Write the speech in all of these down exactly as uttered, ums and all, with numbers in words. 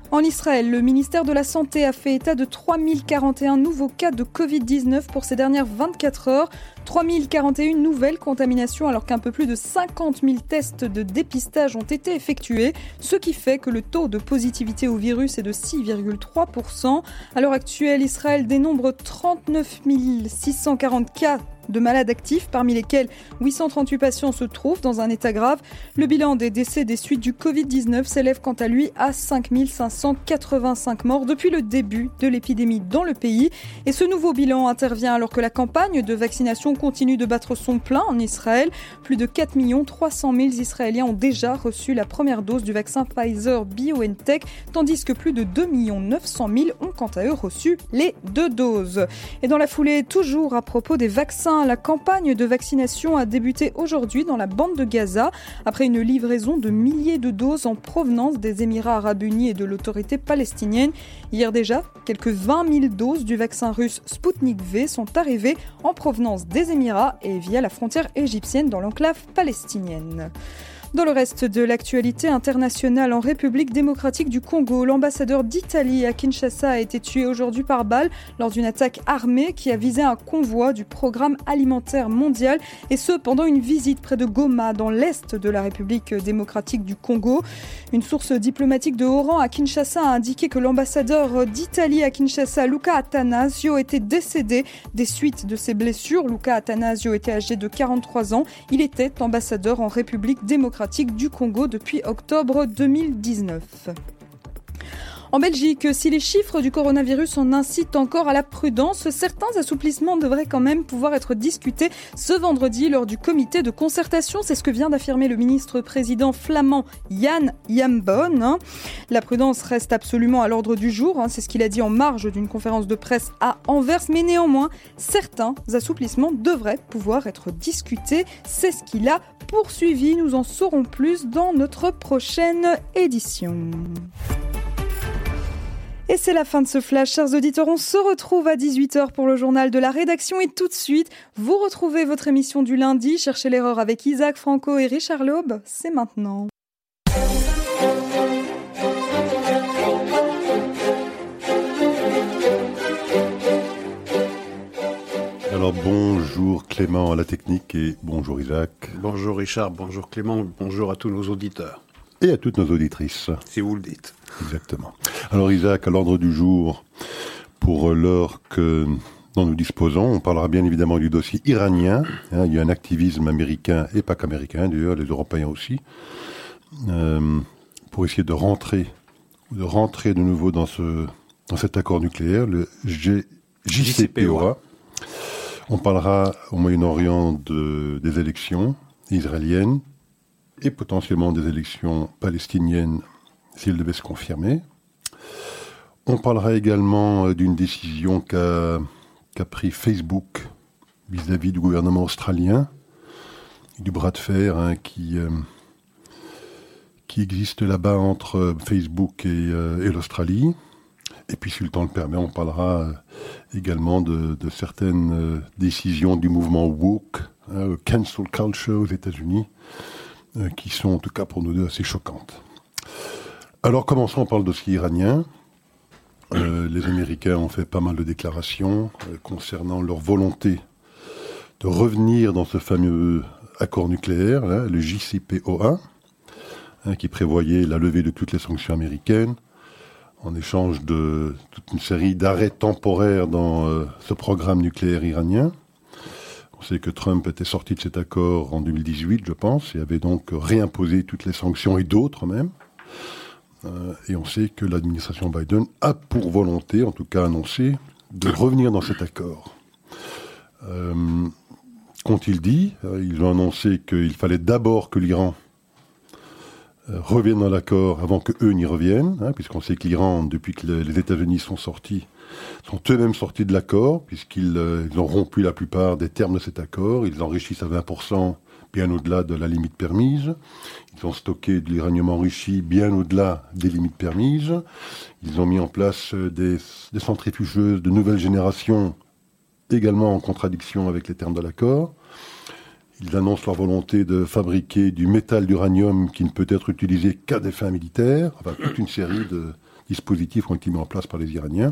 En Israël, le ministère de la Santé a fait état de trois mille quarante et un nouveaux cas de covid dix-neuf pour ces dernières vingt-quatre heures. trois mille quarante et un nouvelles contaminations alors qu'un peu plus de cinquante mille tests de dépistage ont été effectués, ce qui fait que le taux de positivité au virus est de six virgule trois pour cent. À l'heure actuelle, Israël dénombre trente-neuf mille six cent quarante cas de malades actifs, parmi lesquels huit cent trente-huit patients se trouvent dans un état grave. Le bilan des décès des suites du covid dix-neuf s'élève quant à lui à cinq mille cinq cent quatre-vingt-cinq morts depuis le début de l'épidémie dans le pays. Et ce nouveau bilan intervient alors que la campagne de vaccination continue de battre son plein en Israël. Plus de quatre millions trois cent mille Israéliens ont déjà reçu la première dose du vaccin Pfizer-BioNTech, tandis que plus de deux millions neuf cent mille ont quant à eux reçu les deux doses. Et dans la foulée, toujours à propos des vaccins, la campagne de vaccination a débuté aujourd'hui dans la bande de Gaza après une livraison de milliers de doses en provenance des Émirats arabes unis et de l'autorité palestinienne. Hier déjà, quelques vingt mille doses du vaccin russe Sputnik V sont arrivées en provenance des Émirats et via la frontière égyptienne dans l'enclave palestinienne. Dans le reste de l'actualité internationale, en République démocratique du Congo, l'ambassadeur d'Italie à Kinshasa a été tué aujourd'hui par balle lors d'une attaque armée qui a visé un convoi du Programme alimentaire mondial, et ce pendant une visite près de Goma, dans l'est de la République démocratique du Congo. Une source diplomatique de haut rang à Kinshasa a indiqué que l'ambassadeur d'Italie à Kinshasa, Luca Attanasio, était décédé des suites de ses blessures. Luca Attanasio était âgé de quarante-trois ans. Il était ambassadeur en République démocratique du Congo depuis octobre deux mille dix-neuf. En Belgique, si les chiffres du coronavirus en incitent encore à la prudence, certains assouplissements devraient quand même pouvoir être discutés ce vendredi lors du comité de concertation. C'est ce que vient d'affirmer le ministre-président flamand Jan Jambon. La prudence reste absolument à l'ordre du jour, c'est ce qu'il a dit en marge d'une conférence de presse à Anvers, mais néanmoins, certains assouplissements devraient pouvoir être discutés. C'est ce qu'il a poursuivi. Nous en saurons plus dans notre prochaine édition. Et c'est la fin de ce flash, chers auditeurs. On se retrouve à dix-huit heures pour le journal de la rédaction. Et tout de suite, vous retrouvez votre émission du lundi, Cherchez l'erreur avec Isaac Franco et Richard Laube. C'est maintenant. Alors bonjour Clément à la technique et bonjour Isaac. Bonjour Richard, bonjour Clément, bonjour à tous nos auditeurs. Et à toutes nos auditrices. Si vous le dites. Exactement. Alors Isaac, à l'ordre du jour, pour l'heure que dont nous disposons, on parlera bien évidemment du dossier iranien. Hein, il y a un activisme américain, et pas qu'américain d'ailleurs, les Européens aussi, euh, pour essayer de rentrer, de rentrer de nouveau dans, ce, dans cet accord nucléaire, le G, J C P O A. On parlera au Moyen-Orient de, des élections israéliennes, et potentiellement des élections palestiniennes si elles devaient se confirmer. On parlera également d'une décision qu'a, qu'a pris Facebook vis-à-vis du gouvernement australien, du bras de fer hein, qui, euh, qui existe là-bas entre Facebook et, euh, et l'Australie. Et puis, si le temps le permet, on parlera euh, également de, de certaines euh, décisions du mouvement woke, hein, cancel culture aux États-Unis, euh, qui sont en tout cas pour nous deux assez choquantes. Alors commençons par le dossier iranien. Euh, les Américains ont fait pas mal de déclarations euh, concernant leur volonté de revenir dans ce fameux accord nucléaire, là, le J C P O A, hein, qui prévoyait la levée de toutes les sanctions américaines en échange de toute une série d'arrêts temporaires dans euh, ce programme nucléaire iranien. On sait que Trump était sorti de cet accord en deux mille dix-huit, je pense, et avait donc réimposé toutes les sanctions et d'autres même. Euh, et on sait que l'administration Biden a pour volonté, en tout cas annoncé, de revenir dans cet accord. Euh, qu'ont-ils dit ? Ils ont annoncé qu'il fallait d'abord que l'Iran euh, revienne dans l'accord avant qu'eux n'y reviennent, hein, puisqu'on sait que l'Iran, depuis que les États-Unis sont sortis, sont eux-mêmes sortis de l'accord, puisqu'ils euh, ils ont rompu la plupart des termes de cet accord. Ils enrichissent à vingt pour cent, bien au-delà de la limite permise. Ils ont stocké de l'uranium enrichi bien au-delà des limites permises. Ils ont mis en place des, des centrifugeuses de nouvelle génération, également en contradiction avec les termes de l'accord. Ils annoncent leur volonté de fabriquer du métal d'uranium qui ne peut être utilisé qu'à des fins militaires. Enfin, toute une série de dispositifs ont été mis en place par les Iraniens,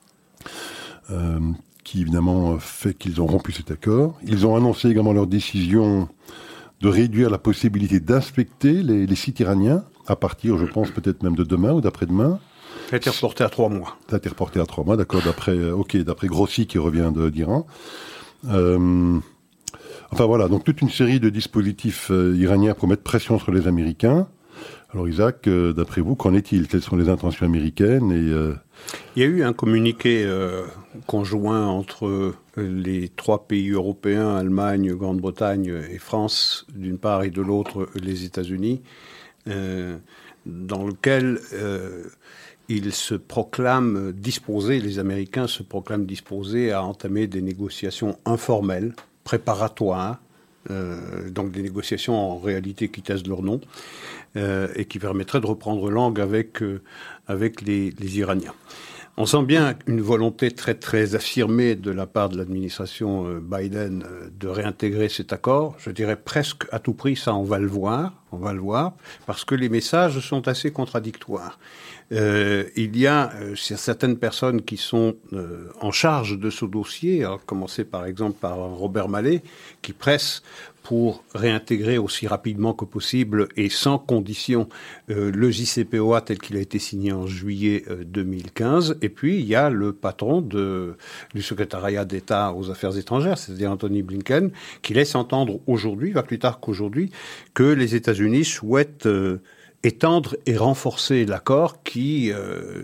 euh, qui évidemment fait qu'ils ont rompu cet accord. Ils ont annoncé également leur décision de réduire la possibilité d'inspecter les, les sites iraniens, à partir, je pense, peut-être même de demain ou d'après-demain. Ça a été reporté à trois mois. Ça a été reporté à trois mois, d'accord, d'après, ok, d'après Grossi qui revient de, d'Iran. Euh, enfin voilà, donc toute une série de dispositifs euh, iraniens pour mettre pression sur les Américains. Alors Isaac, euh, d'après vous, qu'en est-il? Quelles sont les intentions américaines et, euh... Il y a eu un communiqué euh, conjoint entre les trois pays européens, Allemagne, Grande-Bretagne et France, d'une part, et de l'autre, les États-Unis, euh, dans lequel euh, ils se proclament disposés, les Américains se proclament disposés à entamer des négociations informelles, préparatoires, euh, donc des négociations en réalité qui taisent leur nom, euh, et qui permettraient de reprendre langue avec, euh, avec les, les Iraniens. On sent bien une volonté très très affirmée de la part de l'administration Biden de réintégrer cet accord. Je dirais presque à tout prix, ça on va le voir, on va le voir, parce que les messages sont assez contradictoires. Euh, il y a euh, certaines personnes qui sont euh, en charge de ce dossier, à commencer par exemple par Robert Malley, qui presse pour réintégrer aussi rapidement que possible et sans condition euh, le J C P O A tel qu'il a été signé en juillet euh, deux mille quinze. Et puis, il y a le patron de, du secrétariat d'État aux Affaires étrangères, c'est-à-dire Anthony Blinken, qui laisse entendre aujourd'hui, pas plus tard qu'aujourd'hui, que les États-Unis souhaitent euh, étendre et renforcer l'accord qui euh,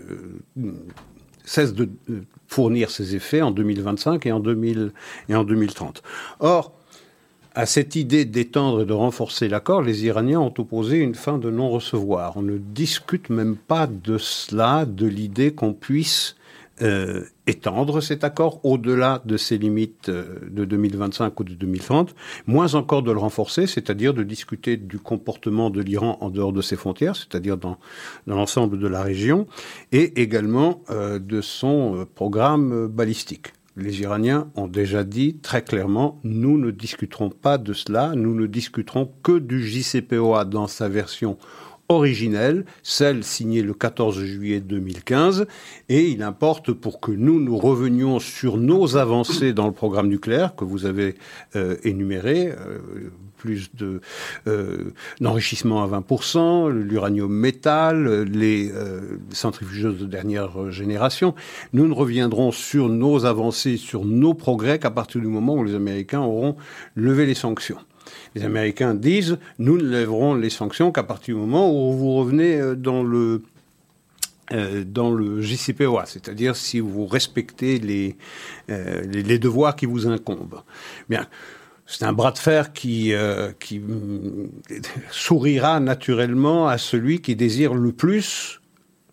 cesse de fournir ses effets en deux mille vingt-cinq et en, deux mille, et en deux mille trente. Or, à cette idée d'étendre et de renforcer l'accord, les Iraniens ont opposé une fin de non-recevoir. On ne discute même pas de cela, de l'idée qu'on puisse euh, étendre cet accord au-delà de ses limites euh, de deux mille vingt-cinq ou de deux mille trente, moins encore de le renforcer, c'est-à-dire de discuter du comportement de l'Iran en dehors de ses frontières, c'est-à-dire dans, dans l'ensemble de la région, et également euh, de son euh, programme balistique. Les Iraniens ont déjà dit très clairement « nous ne discuterons pas de cela, nous ne discuterons que du J C P O A dans sa version originelle, celle signée le quatorze juillet deux mille quinze, et il importe pour que nous nous revenions sur nos avancées dans le programme nucléaire que vous avez euh, énuméré, euh, plus de euh, d'enrichissement à vingt pour cent, l'uranium métal, les euh, centrifugeuses de dernière génération. Nous ne reviendrons sur nos avancées, sur nos progrès qu'à partir du moment où les Américains auront levé les sanctions. Les Américains disent « nous ne lèverons les sanctions qu'à partir du moment où vous revenez dans le euh, dans le J C P O A, c'est-à-dire si vous respectez les, euh, les, les devoirs qui vous incombent. » Bien. C'est un bras de fer qui, euh, qui mm, sourira naturellement à celui qui désire le plus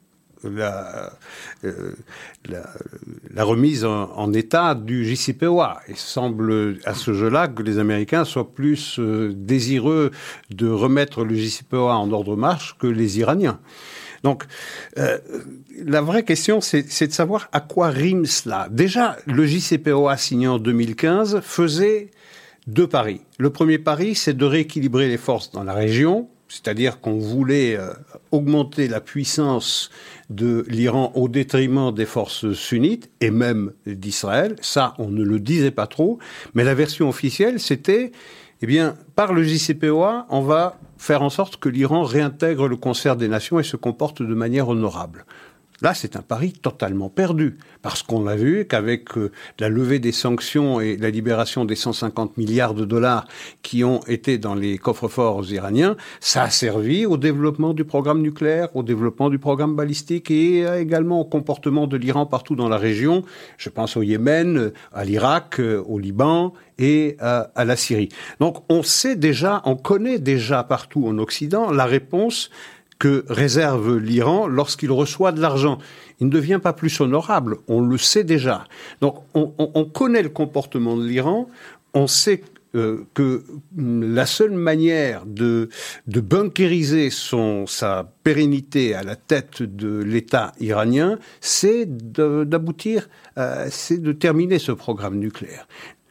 la, euh, la, la remise en, en état du J C P O A. Il semble à ce jeu-là que les Américains soient plus euh, désireux de remettre le J C P O A en ordre de marche que les Iraniens. Donc, euh, la vraie question, c'est, c'est de savoir à quoi rime cela. Déjà, le J C P O A signé en deux mille quinze faisait deux paris. Le premier pari, c'est de rééquilibrer les forces dans la région, c'est-à-dire qu'on voulait euh, augmenter la puissance de l'Iran au détriment des forces sunnites et même d'Israël. Ça, on ne le disait pas trop, mais la version officielle, c'était, eh bien, par le J C P O A, on va faire en sorte que l'Iran réintègre le concert des nations et se comporte de manière honorable. Là, c'est un pari totalement perdu, parce qu'on a vu qu'avec euh, la levée des sanctions et la libération des cent cinquante milliards de dollars qui ont été dans les coffres-forts iraniens, ça a servi au développement du programme nucléaire, au développement du programme balistique et euh, également au comportement de l'Iran partout dans la région. Je pense au Yémen, à l'Irak, euh, au Liban et euh, à la Syrie. Donc, on sait déjà, on connaît déjà partout en Occident la réponse que réserve l'Iran lorsqu'il reçoit de l'argent. Il ne devient pas plus honorable, on le sait déjà. Donc on, on, on connaît le comportement de l'Iran, on sait euh, que la seule manière de, de bunkériser son, sa pérennité à la tête de l'État iranien, c'est de, d'aboutir, euh, c'est de terminer ce programme nucléaire.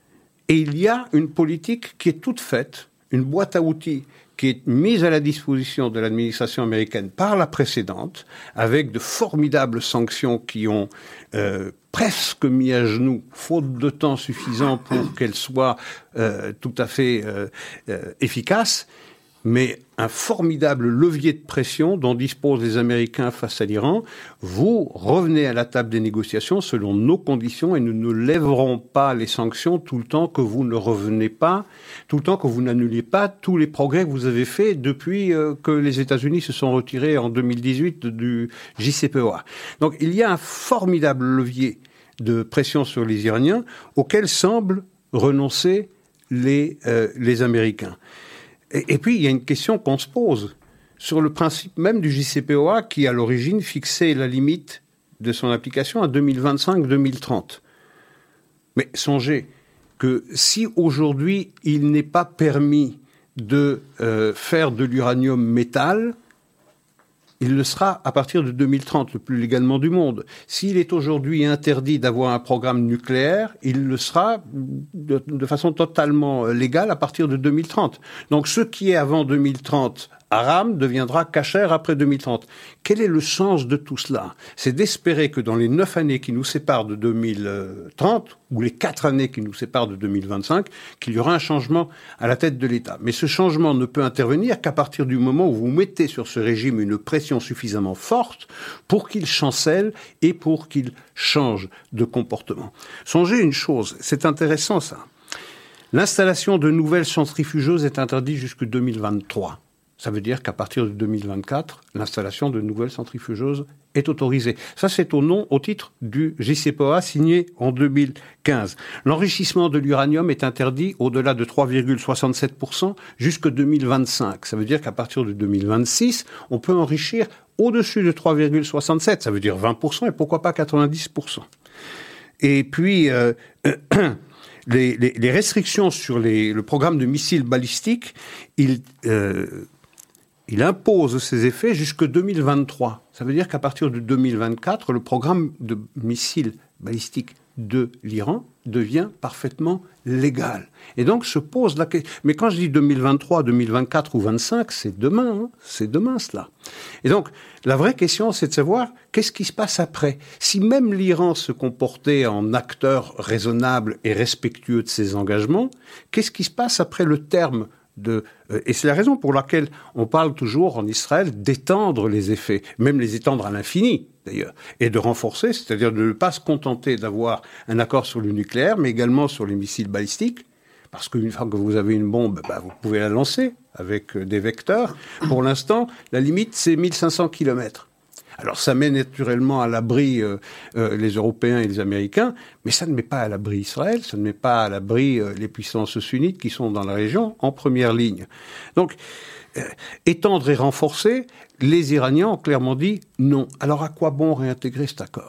Et il y a une politique qui est toute faite, une boîte à outils qui est mise à la disposition de l'administration américaine par la précédente, avec de formidables sanctions qui ont euh, presque mis à genoux, faute de temps suffisant pour qu'elles soient euh, tout à fait euh, euh, efficaces, mais un formidable levier de pression dont disposent les Américains face à l'Iran. Vous revenez à la table des négociations selon nos conditions et nous ne lèverons pas les sanctions tout le temps que vous ne revenez pas, tout le temps que vous n'annulez pas tous les progrès que vous avez faits depuis euh, que les États-Unis se sont retirés en deux mille dix-huit du J C P O A. Donc il y a un formidable levier de pression sur les Iraniens auquel semblent renoncer les, euh, les Américains. Et, et puis, il y a une question qu'on se pose sur le principe même du J C P O A qui, à l'origine, fixait la limite de son application à deux mille vingt-cinq deux mille trente. Mais songez que si aujourd'hui, il n'est pas permis de euh, faire de l'uranium métal, il le sera à partir de deux mille trente, le plus légalement du monde. S'il est aujourd'hui interdit d'avoir un programme nucléaire, il le sera de, de façon totalement légale à partir de deux mille trente. Donc ce qui est avant deux mille trente haram deviendra cachère après deux mille trente. Quel est le sens de tout cela ? C'est d'espérer que dans les neuf années qui nous séparent de deux mille trente, ou les quatre années qui nous séparent de deux mille vingt-cinq, qu'il y aura un changement à la tête de l'État. Mais ce changement ne peut intervenir qu'à partir du moment où vous mettez sur ce régime une pression suffisamment forte pour qu'il chancelle et pour qu'il change de comportement. Songez une chose, c'est intéressant ça. L'installation de nouvelles centrifugeuses est interdite jusqu'en deux mille vingt-trois. Ça veut dire qu'à partir de deux mille vingt-quatre, l'installation de nouvelles centrifugeuses est autorisée. Ça, c'est au nom, au titre du J C P O A signé en deux mille quinze. L'enrichissement de l'uranium est interdit au-delà de trois virgule soixante-sept pour cent jusqu'en deux mille vingt-cinq. Ça veut dire qu'à partir de deux mille vingt-six, on peut enrichir au-dessus de trois virgule soixante-sept. Ça veut dire vingt pour cent et pourquoi pas quatre-vingt-dix pour cent. Et puis... Euh, les, les, les restrictions sur les, le programme de missiles balistiques, il... Euh, Il impose ses effets jusqu'en deux mille vingt-trois. Ça veut dire qu'à partir de deux mille vingt-quatre, le programme de missiles balistiques de l'Iran devient parfaitement légal. Et donc se pose la question. Mais quand je dis deux mille vingt-trois, deux mille vingt-quatre ou vingt-cinq, c'est demain, hein, c'est demain cela. Et donc la vraie question, c'est de savoir qu'est-ce qui se passe après. Si même l'Iran se comportait en acteur raisonnable et respectueux de ses engagements, qu'est-ce qui se passe après le terme de, euh, et c'est la raison pour laquelle on parle toujours en Israël d'étendre les effets, même les étendre à l'infini d'ailleurs, et de renforcer, c'est-à-dire de ne pas se contenter d'avoir un accord sur le nucléaire, mais également sur les missiles balistiques, parce qu'une fois que vous avez une bombe, bah, vous pouvez la lancer avec euh, des vecteurs. Pour l'instant, la limite, c'est mille cinq cents kilomètres. Alors ça met naturellement à l'abri euh, euh, les Européens et les Américains, mais ça ne met pas à l'abri Israël, ça ne met pas à l'abri euh, les puissances sunnites qui sont dans la région en première ligne. Donc, euh, étendre et renforcer, les Iraniens ont clairement dit non. Alors à quoi bon réintégrer cet accord ?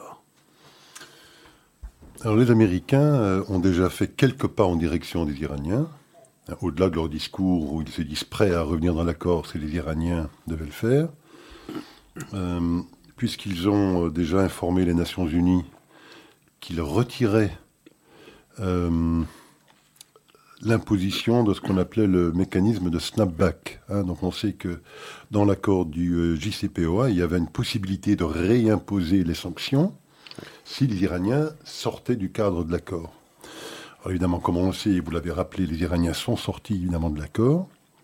Alors les Américains euh, ont déjà fait quelques pas en direction des Iraniens. Au-delà de leur discours où ils se disent prêts à revenir dans l'accord, c'est les Iraniens devaient le faire. Euh, puisqu'ils ont déjà informé les Nations Unies qu'ils retiraient euh, l'imposition de ce qu'on appelait le mécanisme de snapback. Hein. Donc on sait que dans l'accord du euh, J C P O A, il y avait une possibilité de réimposer les sanctions si les Iraniens sortaient du cadre de l'accord. Alors évidemment, comme on le sait, vous l'avez rappelé, les Iraniens sont sortis évidemment de l'accord.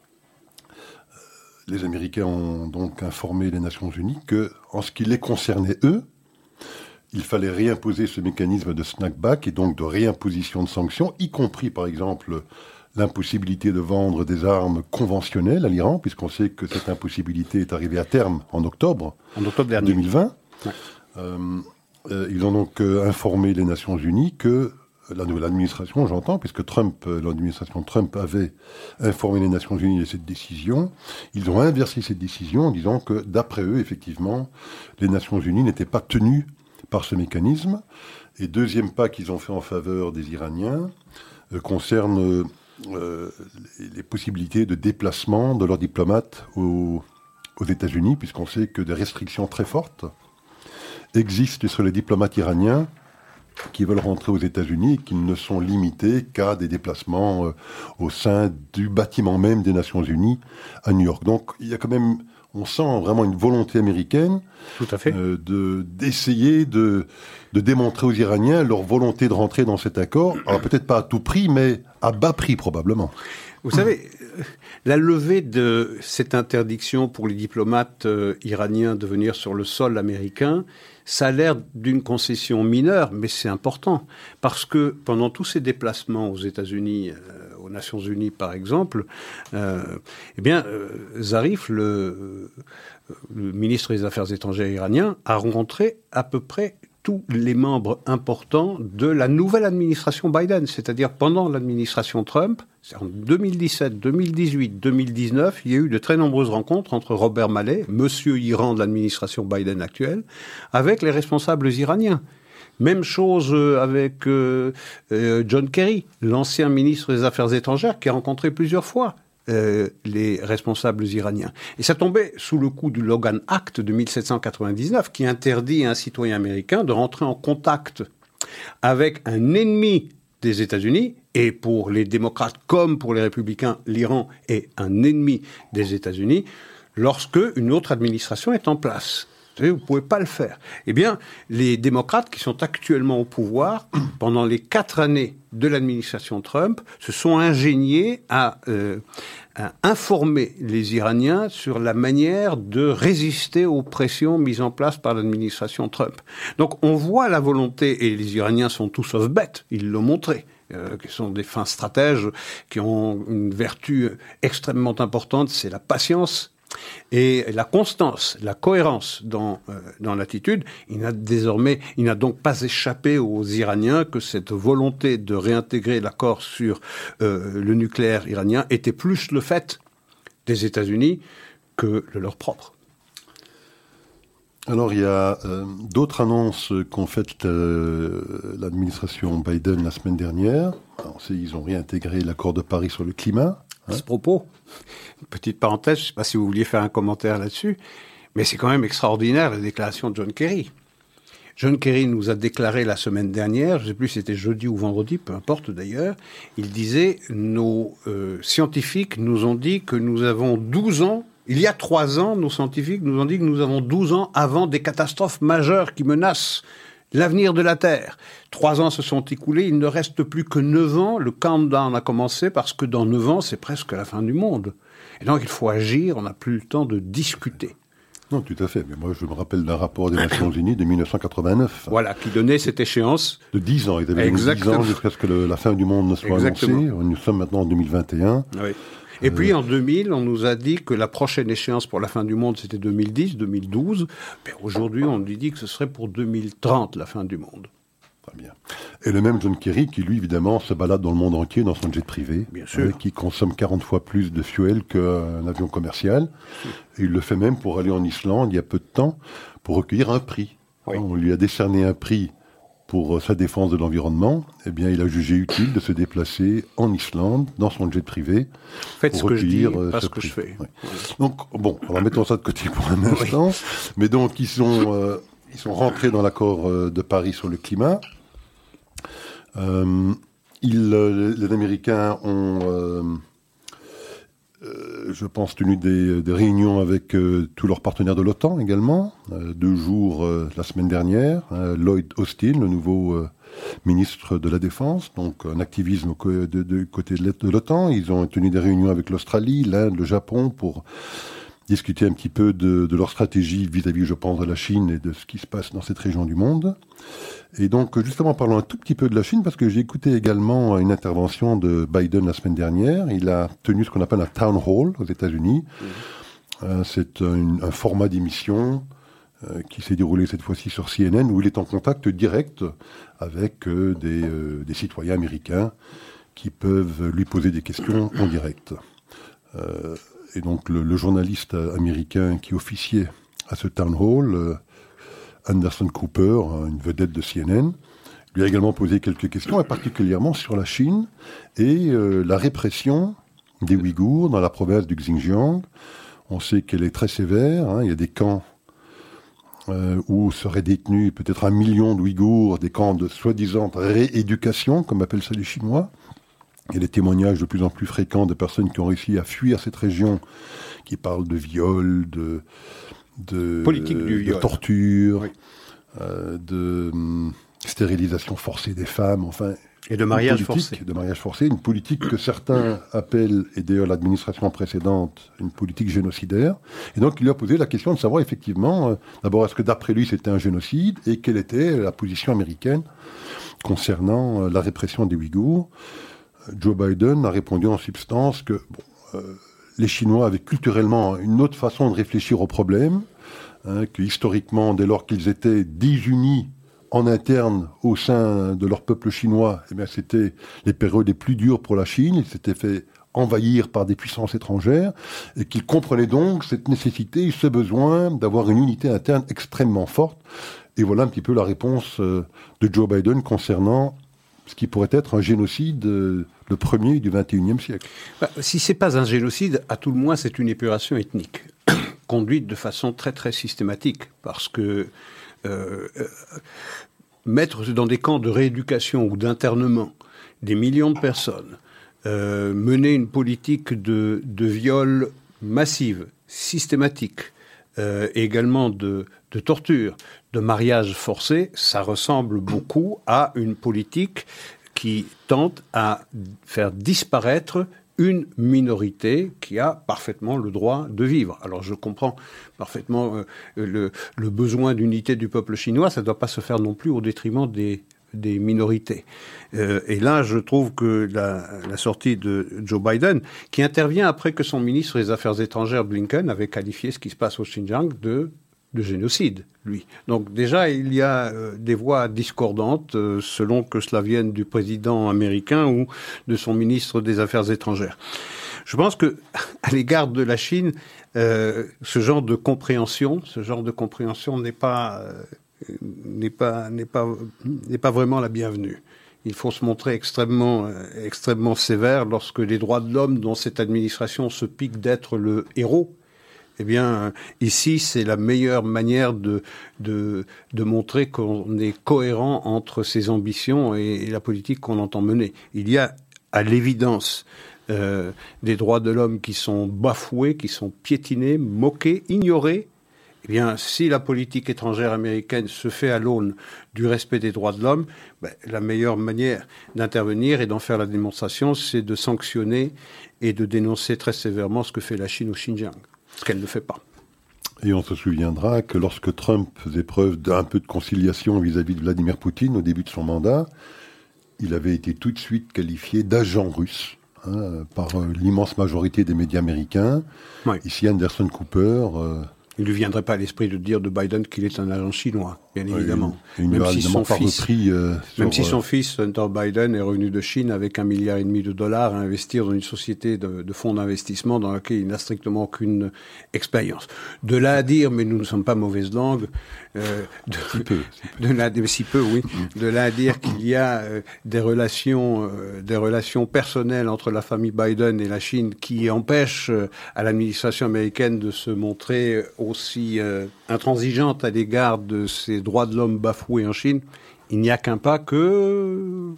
Les Américains ont donc informé les Nations Unies que, en ce qui les concernait eux, il fallait réimposer ce mécanisme de snapback et donc de réimposition de sanctions, y compris par exemple l'impossibilité de vendre des armes conventionnelles à l'Iran, puisqu'on sait que cette impossibilité est arrivée à terme en octobre, en octobre deux mille vingt. Ouais. Euh, euh, ils ont donc euh, informé les Nations Unies que la nouvelle administration, j'entends, puisque Trump, l'administration Trump avait informé les Nations Unies de cette décision. Ils ont inversé cette décision en disant que, d'après eux, effectivement, les Nations Unies n'étaient pas tenues par ce mécanisme. Et deuxième pas qu'ils ont fait en faveur des Iraniens euh, concerne euh, les possibilités de déplacement de leurs diplomates aux, aux États-Unis, puisqu'on sait que des restrictions très fortes existent sur les diplomates iraniens qui veulent rentrer aux États-Unis et qui ne sont limités qu'à des déplacements euh, au sein du bâtiment même des Nations Unies à New York. Donc il y a quand même, on sent vraiment une volonté américaine Tout à fait. Euh, de, d'essayer de, de démontrer aux Iraniens leur volonté de rentrer dans cet accord. Alors peut-être pas à tout prix, mais à bas prix probablement. Vous savez, la levée de cette interdiction pour les diplomates euh, iraniens de venir sur le sol américain, ça a l'air d'une concession mineure, mais c'est important. Parce que pendant tous ces déplacements aux États-Unis, euh, aux Nations Unies par exemple, euh, eh bien, euh, Zarif, le, le ministre des Affaires étrangères iranien, a rencontré à peu près tous les membres importants de la nouvelle administration Biden, c'est-à-dire pendant l'administration Trump, c'est en deux mille dix-sept, deux mille dix-huit, deux mille dix-neuf, il y a eu de très nombreuses rencontres entre Robert Malley, monsieur Iran de l'administration Biden actuelle, avec les responsables iraniens. Même chose avec euh, euh, John Kerry, l'ancien ministre des Affaires étrangères, qui a rencontré plusieurs fois Euh, les responsables iraniens. Et ça tombait sous le coup du Logan Act de mille sept cent quatre-vingt-dix-neuf qui interdit à un citoyen américain de rentrer en contact avec un ennemi des États-Unis. Et pour les démocrates comme pour les républicains, l'Iran est un ennemi des États-Unis lorsque une autre administration est en place. Vous ne pouvez pas le faire. Eh bien, les démocrates qui sont actuellement au pouvoir, pendant les quatre années de l'administration Trump, se sont ingéniés à, euh, à informer les Iraniens sur la manière de résister aux pressions mises en place par l'administration Trump. Donc, on voit la volonté, et les Iraniens sont tous sauf bêtes, ils l'ont montré, euh, qui sont des fins stratèges, qui ont une vertu extrêmement importante, c'est la patience. Et la constance, la cohérence dans, euh, dans l'attitude, il n'a désormais, il n'a donc pas échappé aux Iraniens que cette volonté de réintégrer l'accord sur euh, le nucléaire iranien était plus le fait des États-Unis que le leur propre. Alors il y a euh, d'autres annonces qu'ont faites euh, l'administration Biden la semaine dernière. Alors, ils ont réintégré l'accord de Paris sur le climat. À ce propos, petite parenthèse, je ne sais pas si vous vouliez faire un commentaire là-dessus, mais c'est quand même extraordinaire la déclaration de John Kerry. John Kerry nous a déclaré la semaine dernière, je ne sais plus si c'était jeudi ou vendredi, peu importe d'ailleurs, il disait « Nos euh, scientifiques nous ont dit que nous avons douze ans, il y a trois ans, nos scientifiques nous ont dit que nous avons douze ans avant des catastrophes majeures qui menacent l'avenir de la Terre. Trois ans se sont écoulés, il ne reste plus que neuf ans. Le countdown a commencé parce que dans neuf ans, c'est presque la fin du monde. Et donc, il faut agir, on n'a plus le temps de discuter. Non, tout à fait. Mais moi, je me rappelle d'un rapport des Nations Unies de mille neuf cent quatre-vingt-neuf. Voilà, qui donnait cette échéance. De dix ans. Ils avaient mis dix ans jusqu'à ce que le, la fin du monde ne soit Exactement. annoncée. Nous sommes maintenant en deux mille vingt et un. Oui. Et puis, en deux mille, on nous a dit que la prochaine échéance pour la fin du monde, c'était deux mille dix, deux mille douze. Mais aujourd'hui, on nous dit que ce serait pour deux mille trente, la fin du monde. Très bien. Et le même John Kerry, qui lui, évidemment, se balade dans le monde entier dans son jet privé. Bien sûr. Euh, qui consomme quarante fois plus de fuel qu'un avion commercial. Et il le fait même pour aller en Islande, il y a peu de temps, pour recueillir un prix. Oui. On lui a décerné un prix pour sa défense de l'environnement. Eh bien, il a jugé utile de se déplacer en Islande, dans son jet privé. Faites ce que je dis, euh, pas ce prix. que je fais. Ouais. Donc, bon, alors mettons ça de côté pour un instant. Oui. Mais donc, ils sont, euh, ils sont rentrés dans l'accord euh, de Paris sur le climat. Euh, ils, euh, les Américains ont, euh, euh, je pense, tenu des, des réunions avec euh, tous leurs partenaires de l'OTAN également. Euh, deux jours euh, la semaine dernière. Euh, Lloyd Austin, le nouveau euh, ministre de la Défense, donc un activisme de, de, de côté de l'OTAN. Ils ont tenu des réunions avec l'Australie, l'Inde, le Japon pour discuter un petit peu de, de leur stratégie vis-à-vis, je pense, de la Chine et de ce qui se passe dans cette région du monde. Et donc, justement, parlons un tout petit peu de la Chine, parce que j'ai écouté également une intervention de Biden la semaine dernière. Il a tenu ce qu'on appelle un town hall aux États-Unis. Mmh. Euh, c'est un, un format d'émission euh, qui s'est déroulé cette fois-ci sur C N N, où il est en contact direct avec euh, des, euh, des citoyens américains qui peuvent lui poser des questions en direct. Euh, Et donc, le, le journaliste américain qui officiait à ce town hall, euh, Anderson Cooper, une vedette de C N N, lui a également posé quelques questions, et particulièrement sur la Chine et euh, la répression des Ouïghours dans la province du Xinjiang. On sait qu'elle est très sévère. Hein, il y a des camps euh, où seraient détenus peut-être un million d'Ouïghours, des camps de soi-disant rééducation, comme appellent ça les Chinois. Il y a des témoignages de plus en plus fréquents de personnes qui ont réussi à fuir cette région, qui parlent de viol, de, de, Politique du viol. de torture, oui. euh, de hum, stérilisation forcée des femmes, enfin... Et de mariage forcé. De mariage forcé, une politique que certains appellent, et d'ailleurs l'administration précédente, une politique génocidaire. Et donc il lui a posé la question de savoir effectivement, euh, d'abord est-ce que d'après lui c'était un génocide, et quelle était la position américaine concernant euh, la répression des Ouïghours. Joe Biden a répondu en substance que bon, euh, les Chinois avaient culturellement une autre façon de réfléchir au problème, hein, que historiquement, dès lors qu'ils étaient désunis en interne au sein de leur peuple chinois, eh bien, c'était les périodes les plus dures pour la Chine. Ils s'étaient fait envahir par des puissances étrangères et qu'ils comprenaient donc cette nécessité, ce besoin d'avoir une unité interne extrêmement forte. Et voilà un petit peu la réponse euh, de Joe Biden concernant ce qui pourrait être un génocide, euh, le premier du vingt et unième siècle. Bah, si c'est pas un génocide, à tout le moins c'est une épuration ethnique, conduite de façon très très systématique, parce que euh, euh, mettre dans des camps de rééducation ou d'internement des millions de personnes, euh, mener une politique de, de viol massive, systématique, euh, également de, de torture, de mariage forcé, ça ressemble beaucoup à une politique qui tente à faire disparaître une minorité qui a parfaitement le droit de vivre. Alors je comprends parfaitement euh, le, le besoin d'unité du peuple chinois, ça ne doit pas se faire non plus au détriment des, des minorités. Euh, et là, je trouve que la, la sortie de Joe Biden, qui intervient après que son ministre des Affaires étrangères, Blinken, avait qualifié ce qui se passe au Xinjiang de... de génocide, lui. Donc déjà, il y a euh, des voix discordantes, euh, selon que cela vienne du président américain ou de son ministre des Affaires étrangères. Je pense que, à l'égard de la Chine, euh, ce genre de compréhension, ce genre de compréhension n'est pas, euh, n'est pas, n'est pas, n'est pas vraiment la bienvenue. Il faut se montrer extrêmement, euh, extrêmement sévère lorsque les droits de l'homme, dont cette administration se pique d'être le héros, eh bien, ici, c'est la meilleure manière de, de, de montrer qu'on est cohérent entre ses ambitions et, et la politique qu'on entend mener. Il y a, à l'évidence, euh, des droits de l'homme qui sont bafoués, qui sont piétinés, moqués, ignorés. Eh bien, si la politique étrangère américaine se fait à l'aune du respect des droits de l'homme, ben, la meilleure manière d'intervenir et d'en faire la démonstration, c'est de sanctionner et de dénoncer très sévèrement ce que fait la Chine au Xinjiang. Ce qu'elle ne fait pas. Et on se souviendra que lorsque Trump faisait preuve d'un peu de conciliation vis-à-vis de Vladimir Poutine au début de son mandat, il avait été tout de suite qualifié d'agent russe hein, par euh, l'immense majorité des médias américains. Oui. Ici, Anderson Cooper... Euh, il ne lui viendrait pas à l'esprit de dire de Biden qu'il est un agent chinois, bien évidemment. Oui, il, il même si son fils, repris, euh, même sur, si son fils, Hunter Biden, est revenu de Chine avec un milliard et demi de dollars à investir dans une société de, de fonds d'investissement dans laquelle il n'a strictement aucune expérience. De là à dire, mais nous ne sommes pas mauvaise langue, euh, de, si peu, si peu. De là, de, si peu, oui, de là à dire qu'il y a euh, des relations, euh, des relations personnelles entre la famille Biden et la Chine qui empêchent euh, à l'administration américaine de se montrer aussi euh, intransigeante à l'égard de ces droits de l'homme bafoués en Chine, il n'y a qu'un pas que...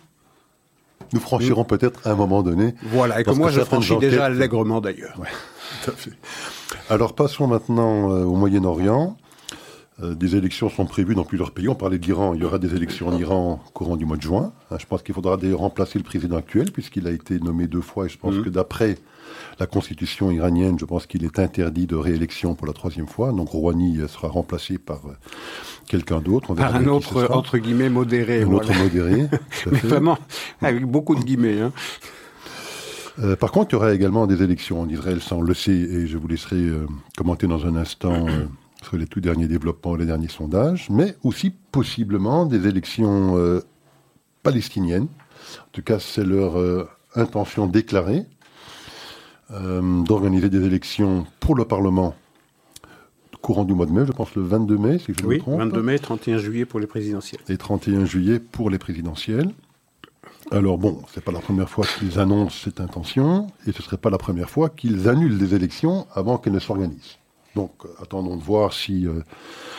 Nous franchirons mmh. peut-être à un moment donné. Voilà, et que moi que je franchis enquêtes... déjà allègrement d'ailleurs. Ouais, tout à fait. Alors passons maintenant euh, au Moyen-Orient. Euh, des élections sont prévues dans plusieurs pays. On parlait d'Iran, il y aura des élections en Iran courant du mois de juin. Hein, je pense qu'il faudra d'ailleurs remplacer le président actuel, puisqu'il a été nommé deux fois, et je pense mmh. que d'après la constitution iranienne, je pense qu'il est interdit de réélection pour la troisième fois. Donc Rouhani sera remplacé par euh, quelqu'un d'autre. On par un autre, entre guillemets, modéré. Un voilà. autre modéré. Mais vraiment, avec beaucoup de guillemets. Hein. Euh, par contre, il y aura également des élections en Israël, ça on le sait, et je vous laisserai euh, commenter dans un instant euh, sur les tout derniers développements, les derniers sondages, mais aussi possiblement des élections euh, palestiniennes. En tout cas, c'est leur euh, intention déclarée euh, d'organiser des élections pour le Parlement courant du mois de mai, je pense le vingt-deux mai, si je ne oui, me trompe. Oui, vingt-deux mai, trente et un juillet pour les présidentielles. Et trente et un juillet pour les présidentielles. Alors bon, c'est pas la première fois qu'ils annoncent cette intention, et ce serait pas la première fois qu'ils annulent des élections avant qu'elles ne s'organisent. Donc, euh, attendons de voir si euh,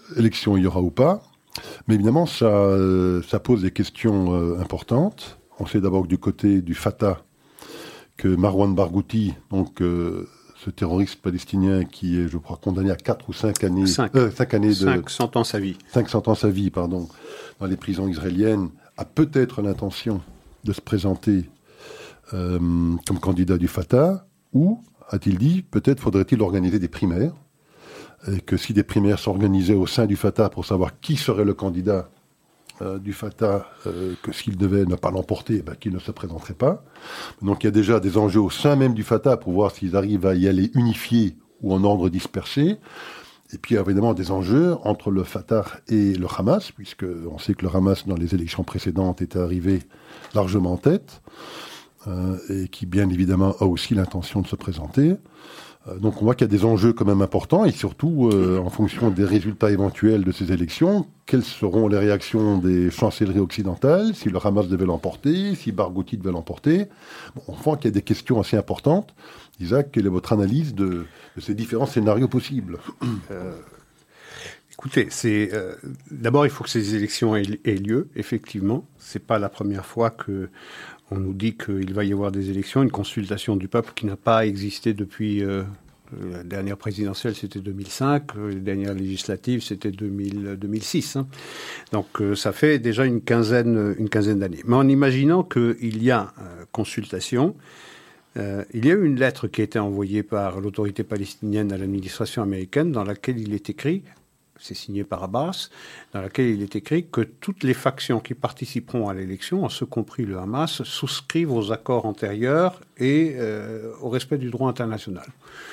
élection il y aura ou pas. Mais évidemment, ça, euh, ça pose des questions euh, importantes. On sait d'abord que du côté du Fatah, que Marwan Barghouti, donc euh, ce terroriste palestinien qui est, je crois, condamné à quatre ou cinq années, cinq euh, cinq années de cinq cents ans sa vie, cinq cents ans sa vie, pardon, dans les prisons israéliennes, a peut-être l'intention de se présenter euh, comme candidat du Fatah, ou a-t-il dit, peut-être faudrait-il organiser des primaires, et que si des primaires s'organisaient au sein du Fatah pour savoir qui serait le candidat euh, du Fatah, euh, que s'il devait ne pas l'emporter, ben, qu'il ne se présenterait pas. Donc il y a déjà des enjeux au sein même du Fatah pour voir s'ils arrivent à y aller unifiés ou en ordre dispersé. Et puis évidemment des enjeux entre le Fatah et le Hamas, puisqu'on sait que le Hamas, dans les élections précédentes, était arrivé largement en tête, euh, et qui bien évidemment a aussi l'intention de se présenter. Donc on voit qu'il y a des enjeux quand même importants, et surtout, euh, en fonction des résultats éventuels de ces élections, quelles seront les réactions des chancelleries occidentales, si le Hamas devait l'emporter, si Barghouti devait l'emporter. Bon, on voit qu'il y a des questions assez importantes. Isaac, quelle est votre analyse de, de ces différents scénarios possibles ? euh, Écoutez, c'est, euh, d'abord il faut que ces élections aient, aient lieu, effectivement. C'est pas la première fois que on nous dit qu'il va y avoir des élections, une consultation du peuple qui n'a pas existé depuis euh, la dernière présidentielle, c'était deux mille cinq, la dernière législative, c'était deux mille, deux mille six. Hein. Donc euh, ça fait déjà une quinzaine, une quinzaine d'années. Mais en imaginant qu'il y a euh, consultation, euh, il y a eu une lettre qui a été envoyée par l'autorité palestinienne à l'administration américaine dans laquelle il est écrit, c'est signé par Abbas, dans laquelle il est écrit que toutes les factions qui participeront à l'élection, en ce compris le Hamas, souscrivent aux accords antérieurs et euh, au respect du droit international.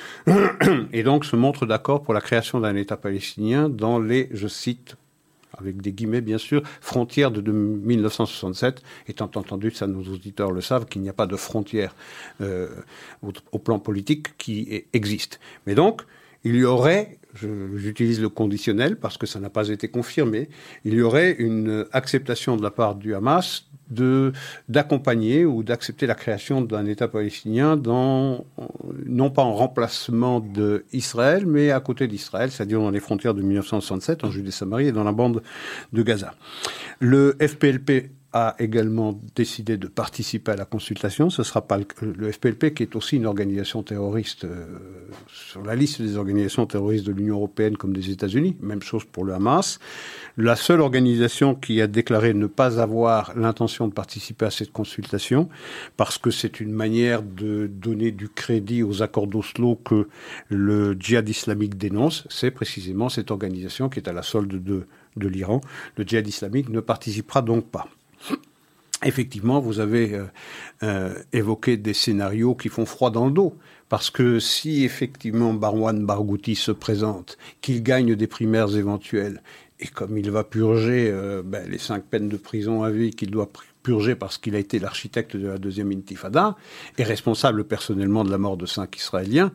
Et donc se montrent d'accord pour la création d'un État palestinien dans les, je cite, avec des guillemets bien sûr, frontières de, de mille neuf cent soixante-sept, étant entendu, ça nos auditeurs le savent, qu'il n'y a pas de frontières euh, au, au plan politique qui existe. Mais donc, il y aurait, je, j'utilise le conditionnel parce que ça n'a pas été confirmé, il y aurait une acceptation de la part du Hamas de, d'accompagner ou d'accepter la création d'un État palestinien dans, non pas en remplacement d'Israël, mais à côté d'Israël, c'est-à-dire dans les frontières de mille neuf cent soixante-sept, en Judée-Samarie et dans la bande de Gaza. Le F P L P a également décidé de participer à la consultation. Ce sera pas le, le F P L P, qui est aussi une organisation terroriste euh, sur la liste des organisations terroristes de l'Union européenne comme des États-Unis. Même chose pour le Hamas. La seule organisation qui a déclaré ne pas avoir l'intention de participer à cette consultation, parce que c'est une manière de donner du crédit aux accords d'Oslo que le djihad islamique dénonce, c'est précisément cette organisation qui est à la solde de, de l'Iran. Le djihad islamique ne participera donc pas. Effectivement, vous avez euh, euh, évoqué des scénarios qui font froid dans le dos. Parce que si effectivement Marwan Barghouti se présente, qu'il gagne des primaires éventuelles, et comme il va purger euh, ben, les cinq peines de prison à vie qu'il doit purger parce qu'il a été l'architecte de la deuxième intifada, et responsable personnellement de la mort de cinq Israéliens,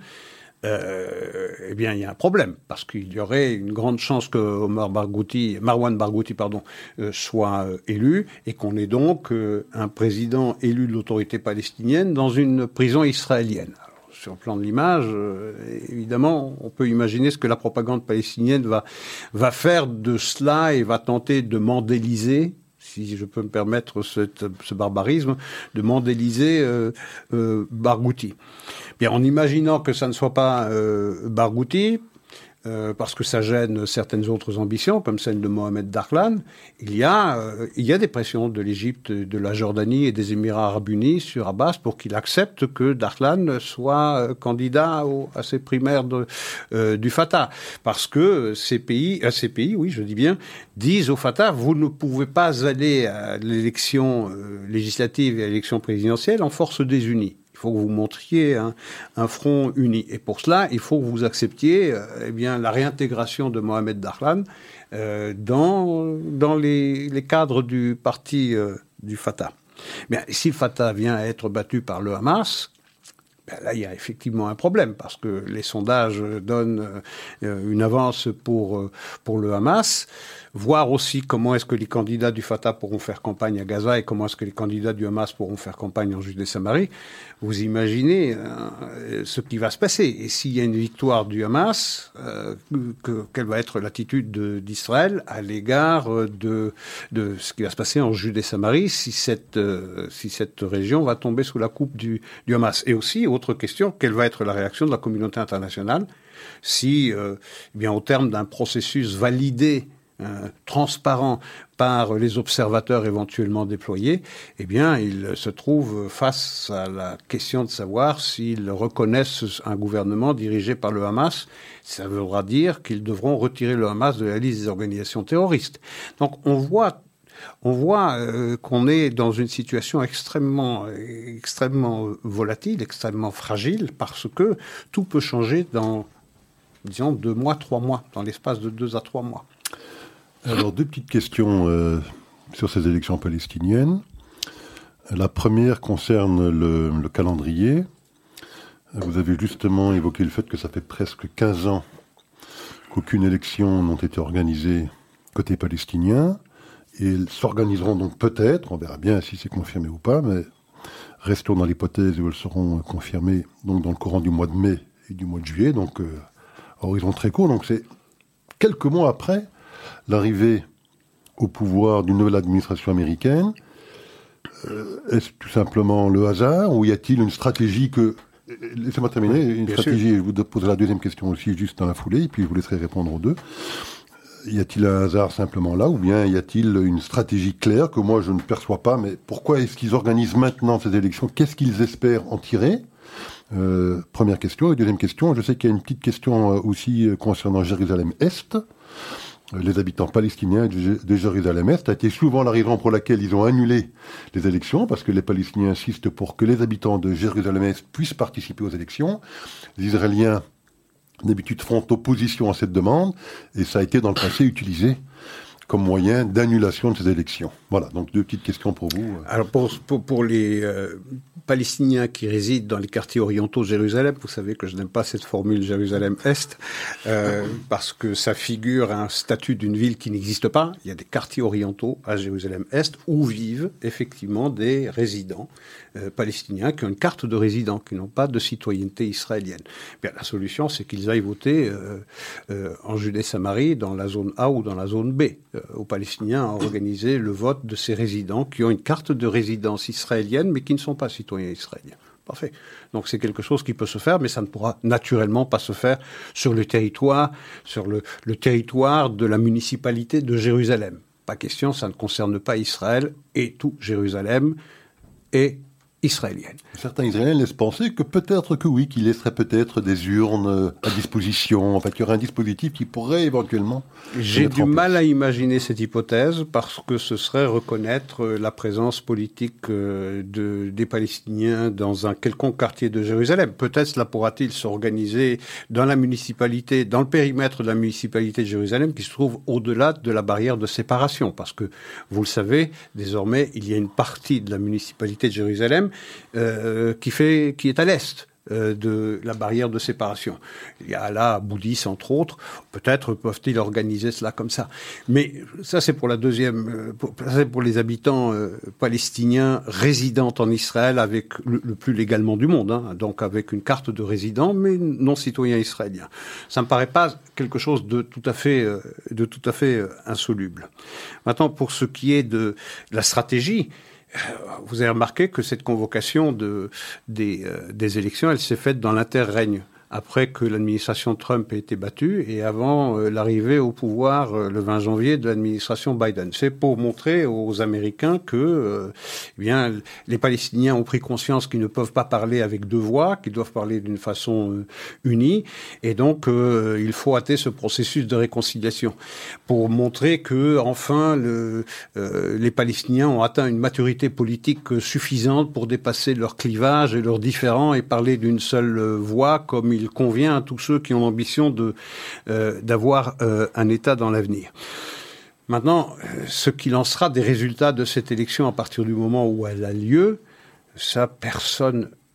Euh, eh bien, il y a un problème, parce qu'il y aurait une grande chance que Omar Barghouti, Marwan Barghouti pardon, euh, soit euh, élu, et qu'on ait donc euh, un président élu de l'autorité palestinienne dans une prison israélienne. Alors, sur le plan de l'image, euh, évidemment, on peut imaginer ce que la propagande palestinienne va, va faire de cela et va tenter de mandéliser, si je peux me permettre cette, ce barbarisme, de mandéliser euh, euh, Barghouti. Bien, en imaginant que ça ne soit pas euh, Barghouti, euh, parce que ça gêne certaines autres ambitions, comme celle de Mohamed Darlan, il y a, euh, il y a des pressions de l'Égypte, de la Jordanie et des Émirats arabes unis sur Abbas pour qu'il accepte que Darlan soit euh, candidat au, à ces primaires de, euh, du Fatah. Parce que ces pays, euh, ces pays, oui, je dis bien, disent au Fatah, vous ne pouvez pas aller à l'élection euh, législative et à l'élection présidentielle en force désunie. Il faut que vous montriez un, un front uni. Et pour cela, il faut que vous acceptiez euh, eh bien, la réintégration de Mohamed Darlan euh, dans, dans les, les cadres du parti euh, du Fatah. Bien, si le Fatah vient à être battu par le Hamas, Ben là, il y a effectivement un problème, parce que les sondages donnent euh, une avance pour, euh, pour le Hamas. Voir aussi comment est-ce que les candidats du Fatah pourront faire campagne à Gaza et comment est-ce que les candidats du Hamas pourront faire campagne en Judée-Samarie. Vous imaginez euh, ce qui va se passer. Et s'il y a une victoire du Hamas, euh, que, quelle va être l'attitude de, d'Israël à l'égard de, de ce qui va se passer en Judée-Samarie si cette, euh, si cette région va tomber sous la coupe du, du Hamas. Et aussi, autre question, quelle va être la réaction de la communauté internationale si, euh, eh bien, au terme d'un processus validé, Euh, transparent par les observateurs éventuellement déployés, eh bien, ils se trouvent face à la question de savoir s'ils reconnaissent un gouvernement dirigé par le Hamas. Ça voudra dire qu'ils devront retirer le Hamas de la liste des organisations terroristes. Donc, on voit On voit euh, qu'on est dans une situation extrêmement, extrêmement volatile, extrêmement fragile, parce que tout peut changer dans, disons, deux mois, trois mois, dans l'espace de deux à trois mois. Alors, deux petites questions euh, sur ces élections palestiniennes. La première concerne le, le calendrier. Vous avez justement évoqué le fait que ça fait presque quinze ans qu'aucune élection n'a été organisée côté palestinien. Et elles s'organiseront donc peut-être, on verra bien si c'est confirmé ou pas, mais restons dans l'hypothèse où elles seront confirmées donc dans le courant du mois de mai et du mois de juillet, donc euh, à horizon très court. Donc c'est quelques mois après l'arrivée au pouvoir d'une nouvelle administration américaine. Euh, est-ce tout simplement le hasard ou y a-t-il une stratégie que... Laissez-moi terminer, une Bien stratégie, sûr. je vous poserai la deuxième question aussi juste dans la foulée, et puis je vous laisserai répondre aux deux. Y a-t-il un hasard simplement là, ou bien y a-t-il une stratégie claire que moi je ne perçois pas, mais pourquoi est-ce qu'ils organisent maintenant ces élections? Qu'est-ce qu'ils espèrent en tirer? euh, Première question. Et deuxième question, je sais qu'il y a une petite question aussi concernant Jérusalem-Est. Les habitants palestiniens de Jérusalem-Est a été souvent la raison pour laquelle ils ont annulé les élections, parce que les Palestiniens insistent pour que les habitants de Jérusalem-Est puissent participer aux élections. Les Israéliens, d'habitude, font opposition à cette demande, et ça a été dans le passé utilisé comme moyen d'annulation de ces élections. Voilà, donc deux petites questions pour vous. Alors pour, pour, pour les euh, Palestiniens qui résident dans les quartiers orientaux de Jérusalem, vous savez que je n'aime pas cette formule Jérusalem-Est, euh, parce que ça figure un statut d'une ville qui n'existe pas. Il y a des quartiers orientaux à Jérusalem-Est où vivent effectivement des résidents euh, palestiniens qui ont une carte de résident, qui n'ont pas de citoyenneté israélienne. Bien, la solution, c'est qu'ils aillent voter euh, euh, en Judée-Samarie, dans la zone A ou dans la zone B. Aux Palestiniens à organiser le vote de ces résidents qui ont une carte de résidence israélienne mais qui ne sont pas citoyens israéliens. Parfait. Donc c'est quelque chose qui peut se faire, mais ça ne pourra naturellement pas se faire sur le territoire, sur le, le territoire de la municipalité de Jérusalem. Pas question, ça ne concerne pas Israël et tout Jérusalem est israélienne. Certains Israéliens laissent penser que peut-être que oui, qu'ils laisseraient peut-être des urnes à disposition, en fait, qu'il y aurait un dispositif qui pourrait éventuellement... J'ai du mal à imaginer cette hypothèse parce que ce serait reconnaître la présence politique de, des Palestiniens dans un quelconque quartier de Jérusalem. Peut-être cela pourra-t-il s'organiser dans la municipalité, dans le périmètre de la municipalité de Jérusalem qui se trouve au-delà de la barrière de séparation. Parce que, vous le savez, désormais, il y a une partie de la municipalité de Jérusalem Euh, qui fait, qui est à l'est euh, de la barrière de séparation. Il y a là Boudis, entre autres. Peut-être peuvent-ils organiser cela comme ça. Mais ça, c'est pour la deuxième, euh, pour, ça, c'est pour les habitants euh, palestiniens résidant en Israël avec le, le plus légalement du monde, hein, donc avec une carte de résident, mais non citoyen israélien. Ça me paraît pas quelque chose de tout à fait, euh, de tout à fait euh, insoluble. Maintenant, pour ce qui est de la stratégie, vous avez remarqué que cette convocation de, des, euh, des élections, elle s'est faite dans l'interrègne, après que l'administration Trump ait été battue et avant euh, l'arrivée au pouvoir euh, le vingt janvier de l'administration Biden. C'est pour montrer aux Américains que euh, eh bien, les Palestiniens ont pris conscience qu'ils ne peuvent pas parler avec deux voix, qu'ils doivent parler d'une façon euh, unie, et donc euh, il faut hâter ce processus de réconciliation pour montrer que enfin le, euh, les Palestiniens ont atteint une maturité politique suffisante pour dépasser leurs clivages et leurs différends et parler d'une seule voix comme il convient à tous ceux qui ont l'ambition de, euh, d'avoir euh, un État dans l'avenir. Maintenant, ce qu'il en sera des résultats de cette élection à partir du moment où elle a lieu, ça, personne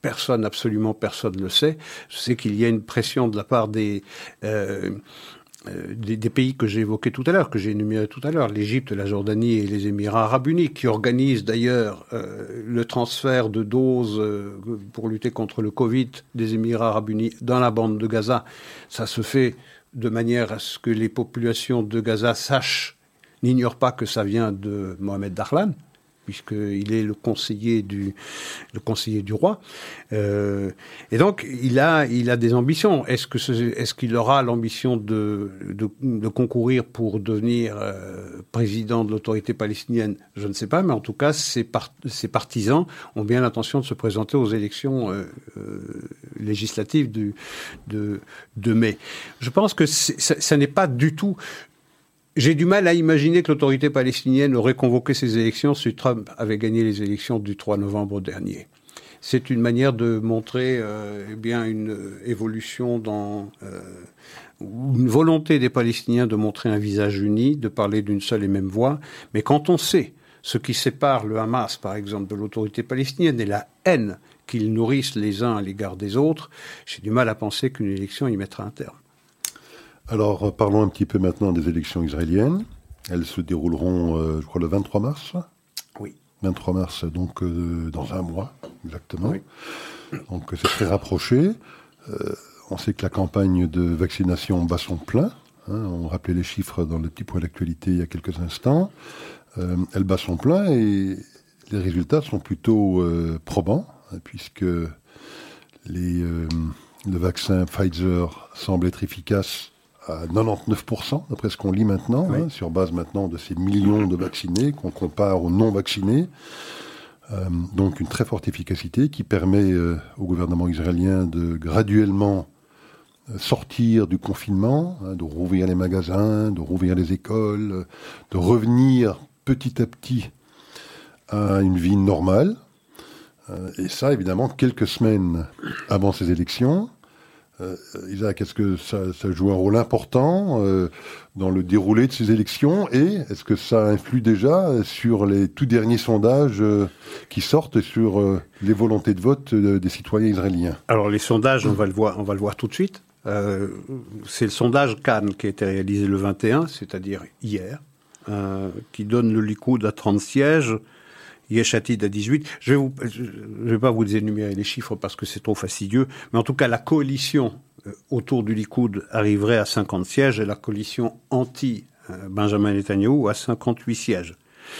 personne, absolument personne ne le sait. Je sais qu'il y a une pression de la part des... Euh, Euh, des, des pays que j'ai évoqués tout à l'heure, que j'ai énumérés tout à l'heure, l'Égypte, la Jordanie et les Émirats arabes unis, qui organisent d'ailleurs euh, le transfert de doses euh, pour lutter contre le Covid des Émirats arabes unis dans la bande de Gaza. Ça se fait de manière à ce que les populations de Gaza sachent, n'ignorent pas que ça vient de Mohamed Dahlan, puisqu'il est le conseiller du, le conseiller du roi. Euh, et donc, il a, il a des ambitions. Est-ce que ce, est-ce qu'il aura l'ambition de, de, de concourir pour devenir euh, président de l'autorité palestinienne ? Je ne sais pas, mais en tout cas, ses, par, ses partisans ont bien l'intention de se présenter aux élections euh, euh, législatives du, de, de mai. Je pense que c'est, ça, ça n'est pas du tout... J'ai du mal à imaginer que l'autorité palestinienne aurait convoqué ces élections si Trump avait gagné les élections du trois novembre dernier. C'est une manière de montrer euh, eh bien une évolution dans euh, une volonté des Palestiniens de montrer un visage uni, de parler d'une seule et même voix. Mais quand on sait ce qui sépare le Hamas, par exemple, de l'autorité palestinienne et la haine qu'ils nourrissent les uns à l'égard des autres, j'ai du mal à penser qu'une élection y mettra un terme. Alors, parlons un petit peu maintenant des élections israéliennes. Elles se dérouleront, euh, je crois, le vingt-trois mars. Oui. vingt-trois mars, donc euh, dans un mois, exactement. Oui. Donc, c'est très rapproché. Euh, on sait que la campagne de vaccination bat son plein. Hein, on rappelait les chiffres dans le petit point d'actualité il y a quelques instants. Euh, elle bat son plein et les résultats sont plutôt euh, probants, hein, puisque les, euh, le vaccin Pfizer semble être efficace à quatre-vingt-dix-neuf pour cent, d'après ce qu'on lit maintenant, oui. hein, sur base maintenant de ces millions de vaccinés qu'on compare aux non-vaccinés. Euh, donc une très forte efficacité qui permet euh, au gouvernement israélien de graduellement euh, sortir du confinement, hein, de rouvrir les magasins, de rouvrir les écoles, euh, de revenir petit à petit à une vie normale. Euh, et ça, évidemment, quelques semaines avant ces élections. Euh, Isaac, est-ce que ça, ça joue un rôle important euh, dans le déroulé de ces élections et est-ce que ça influe déjà sur les tout derniers sondages euh, qui sortent sur euh, les volontés de vote euh, des citoyens israéliens ? Alors les sondages, on va le voir, on va le voir tout de suite. Euh, c'est le sondage Cannes qui a été réalisé le vingt et un, c'est-à-dire hier, euh, qui donne le Likoud à trente sièges. Yesh Atid à dix-huit. Je vais je vais pas vous énumérer les chiffres parce que c'est trop fastidieux, mais en tout cas, la coalition euh, autour du Likoud arriverait à cinquante sièges et la coalition anti-Benjamin Netanyahou à cinquante-huit sièges.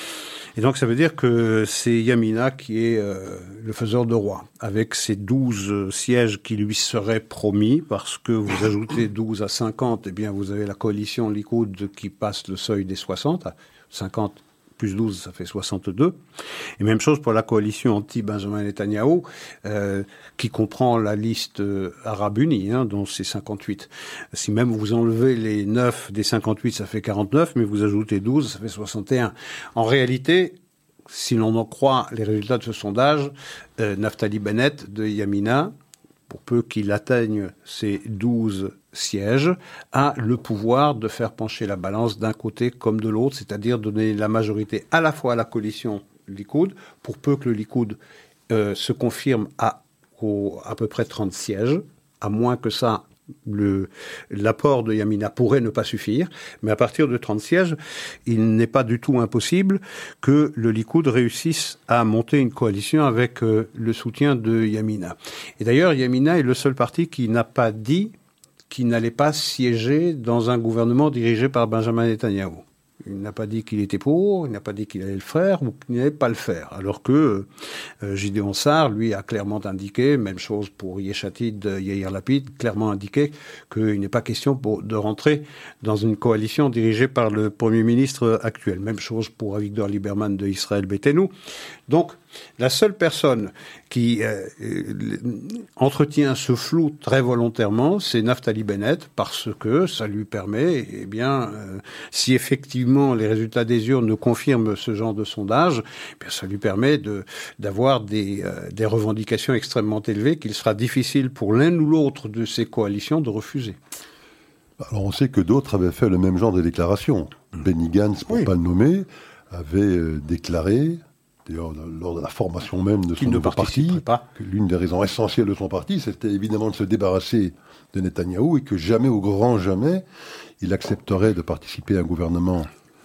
Et donc, ça veut dire que c'est Yamina qui est euh, le faiseur de roi, avec ses douze sièges qui lui seraient promis, parce que vous ajoutez douze à cinquante, eh bien, vous avez la coalition Likoud qui passe le seuil des soixante, à cinquante plus douze, ça fait soixante-deux. Et même chose pour la coalition anti-Benjamin Netanyahou, euh, qui comprend la liste euh, arabe unie, hein, dont c'est cinquante-huit. Si même vous enlevez les neuf des cinquante-huit, ça fait quarante-neuf, mais vous ajoutez douze, ça fait soixante et un. En réalité, si l'on en croit les résultats de ce sondage, euh, Naftali Bennett de Yamina, pour peu qu'il atteigne ses douze sièges, a le pouvoir de faire pencher la balance d'un côté comme de l'autre, c'est-à-dire donner la majorité à la fois à la coalition Likoud, pour peu que le Likoud euh, se confirme à au, à peu près trente sièges, à moins que ça, le, l'apport de Yamina pourrait ne pas suffire, mais à partir de trente sièges, il n'est pas du tout impossible que le Likoud réussisse à monter une coalition avec euh, le soutien de Yamina. Et d'ailleurs, Yamina est le seul parti qui n'a pas dit qu'il n'allait pas siéger dans un gouvernement dirigé par Benjamin Netanyahou. Il n'a pas dit qu'il était pour, il n'a pas dit qu'il allait le faire ou qu'il n'allait pas le faire. Alors que euh, Gideon Sar, lui, a clairement indiqué, même chose pour Yesh Atid, Yair Lapid, clairement indiqué qu'il n'est pas question pour, de rentrer dans une coalition dirigée par le Premier ministre actuel. Même chose pour Avigdor Lieberman de Israël Beitenu. Donc, la seule personne qui euh, entretient ce flou très volontairement, c'est Naftali Bennett, parce que ça lui permet, eh bien, euh, si effectivement les résultats des urnes nous confirment ce genre de sondage, eh bien, ça lui permet de, d'avoir des, euh, des revendications extrêmement élevées qu'il sera difficile pour l'un ou l'autre de ces coalitions de refuser. Alors on sait que d'autres avaient fait le même genre de déclaration. Benny Gantz, pour ne oui. pas le nommer, avait euh, déclaré d'ailleurs lors de la formation même de son ne nouveau parti, pas. que l'une des raisons essentielles de son parti, c'était évidemment de se débarrasser de Netanyahou et que jamais, au grand jamais, il accepterait de participer à un gouvernement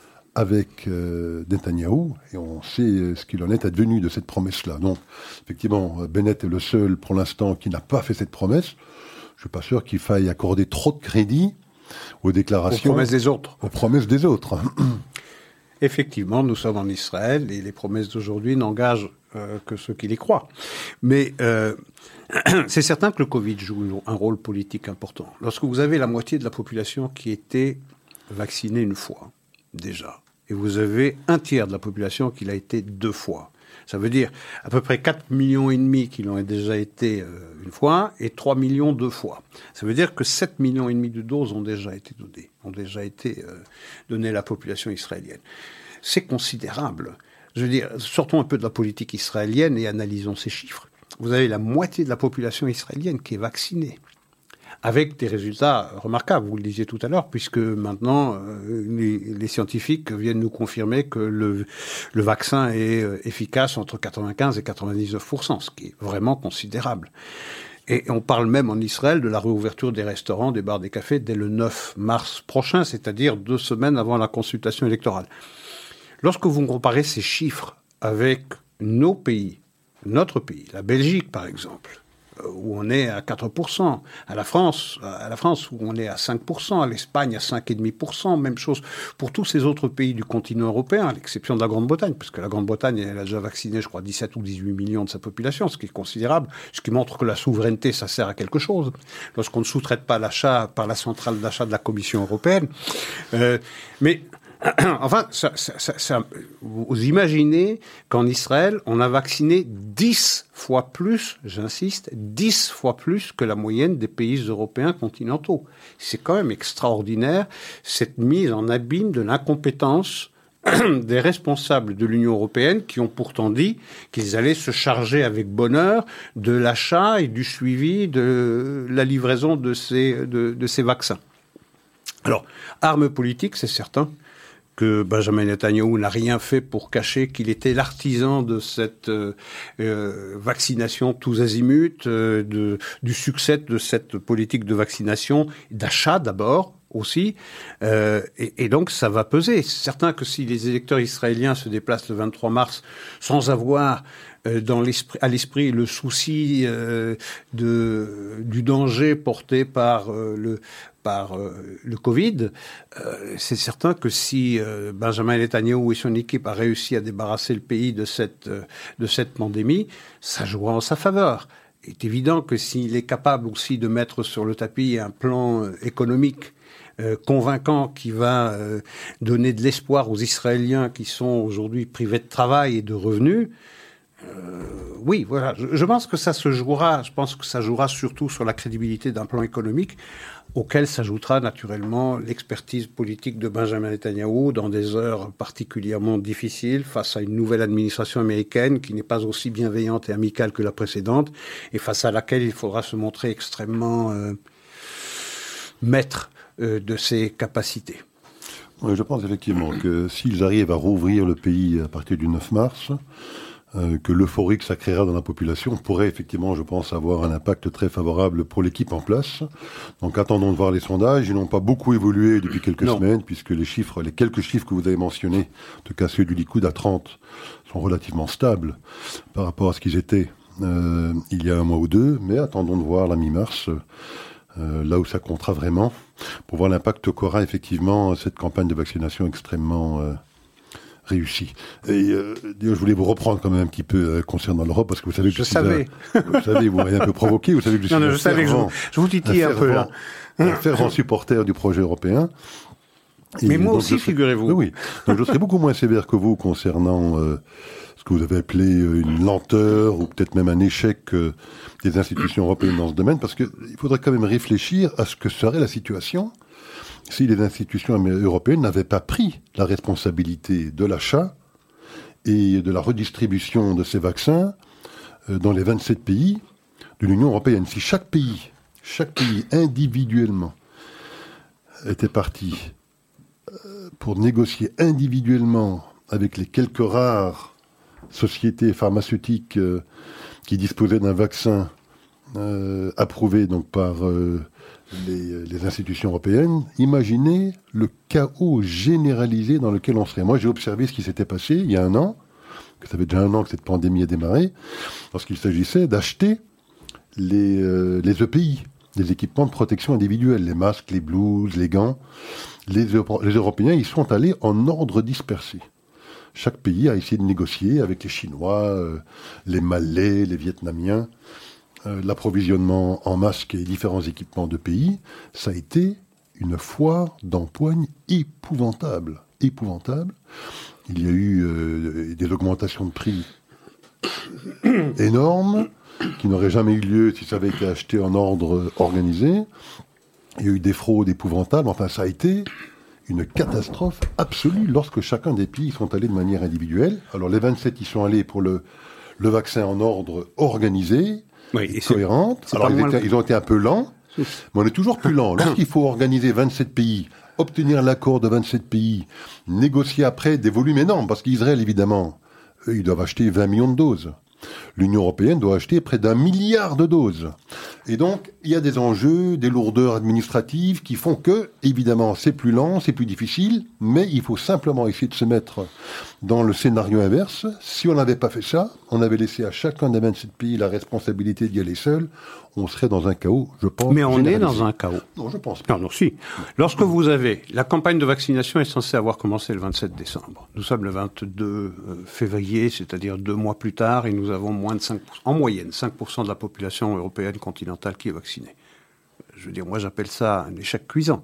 avec euh, Netanyahou, et on sait euh, ce qu'il en est advenu de cette promesse-là. Donc, effectivement, Bennett est le seul, pour l'instant, qui n'a pas fait cette promesse. Je ne suis pas sûr qu'il faille accorder trop de crédit aux déclarations... Aux promesses des autres. Aux promesses des autres. Effectivement, nous sommes en Israël, et les promesses d'aujourd'hui n'engagent euh, que ceux qui les croient. Mais euh, c'est certain que le Covid joue un rôle politique important. Lorsque vous avez la moitié de la population qui était vaccinée une fois, déjà, et vous avez un tiers de la population qui l'a été deux fois. Ça veut dire à peu près quatre millions et demi qui l'ont déjà été euh, une fois et trois millions deux fois. Ça veut dire que sept millions et demi de doses ont déjà été données, ont déjà été euh, données à la population israélienne. C'est considérable. Je veux dire, sortons un peu de la politique israélienne et analysons ces chiffres. Vous avez la moitié de la population israélienne qui est vaccinée, avec des résultats remarquables, vous le disiez tout à l'heure, puisque maintenant, euh, les, les scientifiques viennent nous confirmer que le, le vaccin est euh, efficace entre quatre-vingt-quinze et quatre-vingt-dix-neuf pour cent, ce qui est vraiment considérable. Et on parle même en Israël de la réouverture des restaurants, des bars, des cafés dès le neuf mars prochain, c'est-à-dire deux semaines avant la consultation électorale. Lorsque vous comparez ces chiffres avec nos pays, notre pays, la Belgique par exemple, où on est à quatre pour cent, à la France, à la France où on est à cinq pour cent, à l'Espagne à cinq virgule cinq pour cent, même chose pour tous ces autres pays du continent européen, à l'exception de la Grande-Bretagne, parce que la Grande-Bretagne, elle a déjà vacciné, je crois, dix-sept ou dix-huit millions de sa population, ce qui est considérable, ce qui montre que la souveraineté, ça sert à quelque chose. Lorsqu'on ne sous-traite pas l'achat par la centrale d'achat de la Commission européenne. Euh, mais... Enfin, ça, ça, ça, ça, vous imaginez qu'en Israël, on a vacciné dix fois plus, j'insiste, dix fois plus que la moyenne des pays européens continentaux. C'est quand même extraordinaire, cette mise en abîme de l'incompétence des responsables de l'Union européenne qui ont pourtant dit qu'ils allaient se charger avec bonheur de l'achat et du suivi de la livraison de ces, de, de ces vaccins. Alors, arme politique, c'est certain que Benjamin Netanyahou n'a rien fait pour cacher qu'il était l'artisan de cette euh, euh, vaccination tous azimuts, euh, de, du succès de cette politique de vaccination, d'achat d'abord aussi, euh, et, et donc ça va peser. C'est certain que si les électeurs israéliens se déplacent le vingt-trois mars sans avoir euh, dans l'esprit, à l'esprit le souci euh, de, du danger porté par euh, le par euh, le Covid, euh, c'est certain que si euh, Benjamin Netanyahou et son équipe a réussi à débarrasser le pays de cette, euh, de cette pandémie, ça jouera en sa faveur. Il est évident que s'il est capable aussi de mettre sur le tapis un plan euh, économique euh, convaincant qui va euh, donner de l'espoir aux Israéliens qui sont aujourd'hui privés de travail et de revenus, Euh, oui, voilà. Je, je pense que ça se jouera. Je pense que ça jouera surtout sur la crédibilité d'un plan économique, auquel s'ajoutera naturellement l'expertise politique de Benjamin Netanyahou dans des heures particulièrement difficiles face à une nouvelle administration américaine qui n'est pas aussi bienveillante et amicale que la précédente, et face à laquelle il faudra se montrer extrêmement euh, maître euh, de ses capacités. Oui, je pense effectivement que s'ils arrivent à rouvrir le pays à partir du neuf mars, Euh, que l'euphorie que ça créera dans la population pourrait effectivement, je pense, avoir un impact très favorable pour l'équipe en place. Donc attendons de voir les sondages. Ils n'ont pas beaucoup évolué depuis quelques non. semaines, puisque les chiffres, les quelques chiffres que vous avez mentionnés, en tout cas ceux du Likoud à trente, sont relativement stables par rapport à ce qu'ils étaient euh, il y a un mois ou deux. Mais attendons de voir la mi-mars, euh, là où ça comptera vraiment, pour voir l'impact qu'aura effectivement cette campagne de vaccination extrêmement... Euh, réussi. Et euh, je voulais vous reprendre quand même un petit peu euh, concernant l'Europe, parce que vous savez que je je savais. suis un, vous savez, vous m'avez un peu provoqué, vous savez que je suis non, non, un je savais fervent, que je, je vous titille un, un peu là. Un fervent supporter du projet européen. Et Mais moi aussi, serais, figurez-vous. Oui, oui. Donc je serai beaucoup moins sévère que vous concernant euh, ce que vous avez appelé une lenteur ou peut-être même un échec euh, des institutions européennes dans ce domaine, parce qu'il faudrait quand même réfléchir à ce que serait la situation si les institutions européennes n'avaient pas pris la responsabilité de l'achat et de la redistribution de ces vaccins euh, dans les vingt-sept pays de l'Union européenne. Si chaque pays, chaque pays individuellement était parti euh, pour négocier individuellement avec les quelques rares sociétés pharmaceutiques euh, qui disposaient d'un vaccin euh, approuvé donc par euh, les, les institutions européennes, imaginez le chaos généralisé dans lequel on serait. Moi, j'ai observé ce qui s'était passé il y a un an, que ça fait déjà un an que cette pandémie a démarré, lorsqu'il s'agissait d'acheter les, euh, les E P I, les équipements de protection individuelle, les masques, les blouses, les gants. Les, les Européens, ils sont allés en ordre dispersé. Chaque pays a essayé de négocier avec les Chinois, euh, les Malais, les Vietnamiens, euh, l'approvisionnement en masques et différents équipements de pays. Ça a été une foire d'empoigne épouvantable. Épouvantable. Il y a eu euh, des augmentations de prix énormes, qui n'auraient jamais eu lieu si ça avait été acheté en ordre organisé. Il y a eu des fraudes épouvantables. Enfin, ça a été une catastrophe absolue lorsque chacun des pays sont allés de manière individuelle. Alors, les vingt-sept y sont allés pour le, le vaccin en ordre organisé, oui, et cohérente. C'est, c'est Alors, ils, étaient, ils ont été un peu lents, mais on est toujours plus lents. Lorsqu'il faut organiser vingt-sept pays, obtenir l'accord de vingt-sept pays, négocier après des volumes énormes, parce qu'Israël, évidemment, eux, ils doivent acheter vingt millions de doses. L'Union européenne doit acheter près d'un milliard de doses. Et donc, il y a des enjeux, des lourdeurs administratives qui font que, évidemment, c'est plus lent, c'est plus difficile, mais il faut simplement essayer de se mettre dans le scénario inverse. Si on n'avait pas fait ça, on avait laissé à chacun des vingt-sept pays la responsabilité d'y aller seul, on serait dans un chaos, je pense. Mais on généralisé. Est dans un chaos. Non, je pense pas. Non, non, si. Lorsque vous avez... La campagne de vaccination est censée avoir commencé le vingt-sept décembre. Nous sommes le vingt-deux février, c'est-à-dire deux mois plus tard, et nous avons moins de cinq pour cent, en moyenne, cinq pour cent de la population européenne continentale qui est vaccinée. Je veux dire, moi j'appelle ça un échec cuisant.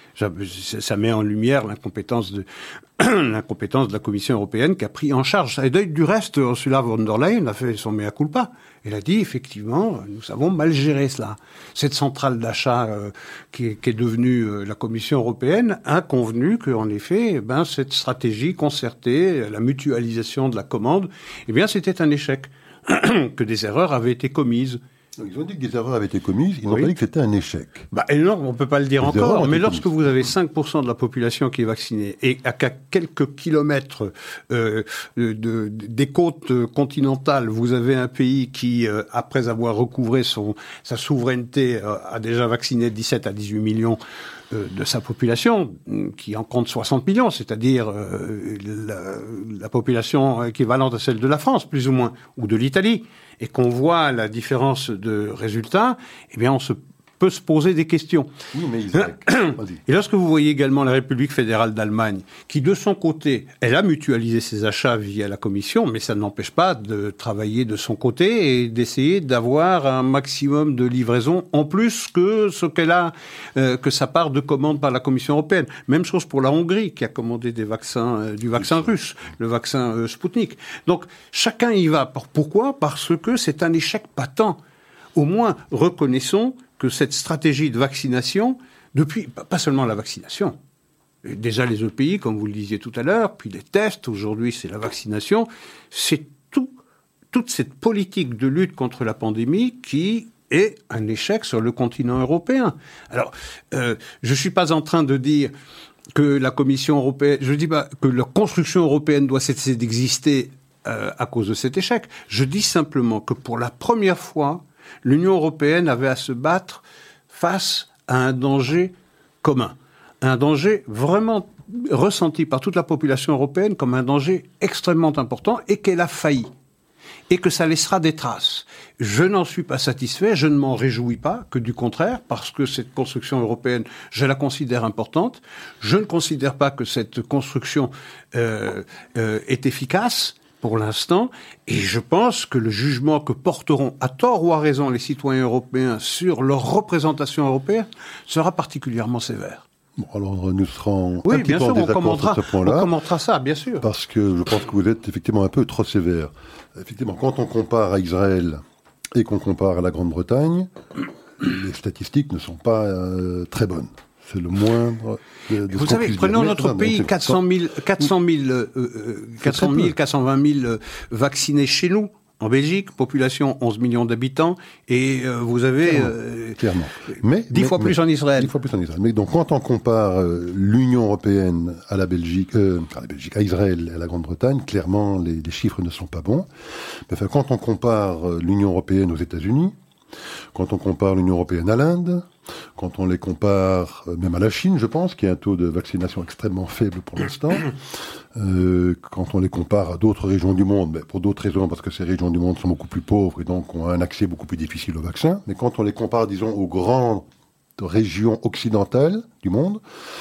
Ça met en lumière l'incompétence de, l'incompétence de la Commission européenne qui a pris en charge. Et du reste, Ursula von der Leyen a fait son mea culpa. Elle a dit, effectivement, nous avons mal géré cela. Cette centrale d'achat euh, qui, est, qui est devenue euh, la Commission européenne a convenu qu'en effet, eh ben, cette stratégie concertée, la mutualisation de la commande, eh bien, c'était un échec, que des erreurs avaient été commises. Ils ont dit que des erreurs avaient été commises, ils oui. n'ont pas dit que c'était un échec. Bah, non, on ne peut pas le dire les encore, mais lorsque commises. Vous avez cinq pour cent de la population qui est vaccinée et à quelques kilomètres euh, de, de, des côtes continentales, vous avez un pays qui, euh, après avoir recouvré son, sa souveraineté, euh, a déjà vacciné dix-sept à dix-huit millions euh, de sa population, qui en compte soixante millions, c'est-à-dire euh, la, la population équivalente à celle de la France, plus ou moins, ou de l'Italie, et qu'on voit la différence de résultats, eh bien, on se peut se poser des questions. Oui, mais Isaac, et lorsque vous voyez également la République fédérale d'Allemagne, qui de son côté, elle a mutualisé ses achats via la Commission, mais ça ne l'empêche pas de travailler de son côté et d'essayer d'avoir un maximum de livraison en plus que ce qu'elle a, euh, que sa part de commande par la Commission européenne. Même chose pour la Hongrie, qui a commandé des vaccins, euh, du vaccin russe, le vaccin euh, Sputnik. Donc, chacun y va. Pourquoi ? Parce que c'est un échec patent. Au moins, reconnaissons que cette stratégie de vaccination, depuis, pas seulement la vaccination, déjà les E P I, comme vous le disiez tout à l'heure, puis les tests, aujourd'hui c'est la vaccination, c'est tout, toute cette politique de lutte contre la pandémie qui est un échec sur le continent européen. Alors, euh, je ne suis pas en train de dire que la Commission européenne, je ne dis pas que la construction européenne doit cesser d'exister euh, à cause de cet échec. Je dis simplement que pour la première fois, l'Union européenne avait à se battre face à un danger commun, un danger vraiment ressenti par toute la population européenne comme un danger extrêmement important et qu'elle a failli et que ça laissera des traces. Je n'en suis pas satisfait, je ne m'en réjouis pas, que du contraire, parce que cette construction européenne, je la considère importante. Je ne considère pas que cette construction euh, euh, est efficace pour l'instant, et je pense que le jugement que porteront à tort ou à raison les citoyens européens sur leur représentation européenne sera particulièrement sévère. Bon, alors nous serons oui, un petit peu en désaccord sur ce point-là. On commentera ça, bien sûr. Parce que je pense que vous êtes effectivement un peu trop sévère. Effectivement, quand on compare à Israël et qu'on compare à la Grande-Bretagne, les statistiques ne sont pas euh, très bonnes. C'est le moindre de, de Vous savez, prenons notre non, pays, quatre cent mille, quatre cent mille, euh, quatre cent mille, quatre cent vingt mille vaccinés chez nous, en Belgique, population onze millions d'habitants, et euh, vous avez clairement, euh, clairement. Mais, dix mais, fois mais, plus en Israël. dix fois plus en Israël. Mais donc, quand on compare euh, l'Union européenne à la Belgique, euh, à la Belgique, à Israël et à la Grande-Bretagne, clairement, les, les chiffres ne sont pas bons. Mais enfin, quand on compare euh, l'Union européenne aux États-Unis, quand on compare l'Union européenne à l'Inde, quand on les compare euh, même à la Chine, je pense, qui a un taux de vaccination extrêmement faible pour l'instant, euh, quand on les compare à d'autres régions du monde, ben, pour d'autres raisons, parce que ces régions du monde sont beaucoup plus pauvres et donc ont un accès beaucoup plus difficile au vaccin, mais quand on les compare, disons, aux grandes régions occidentales du monde,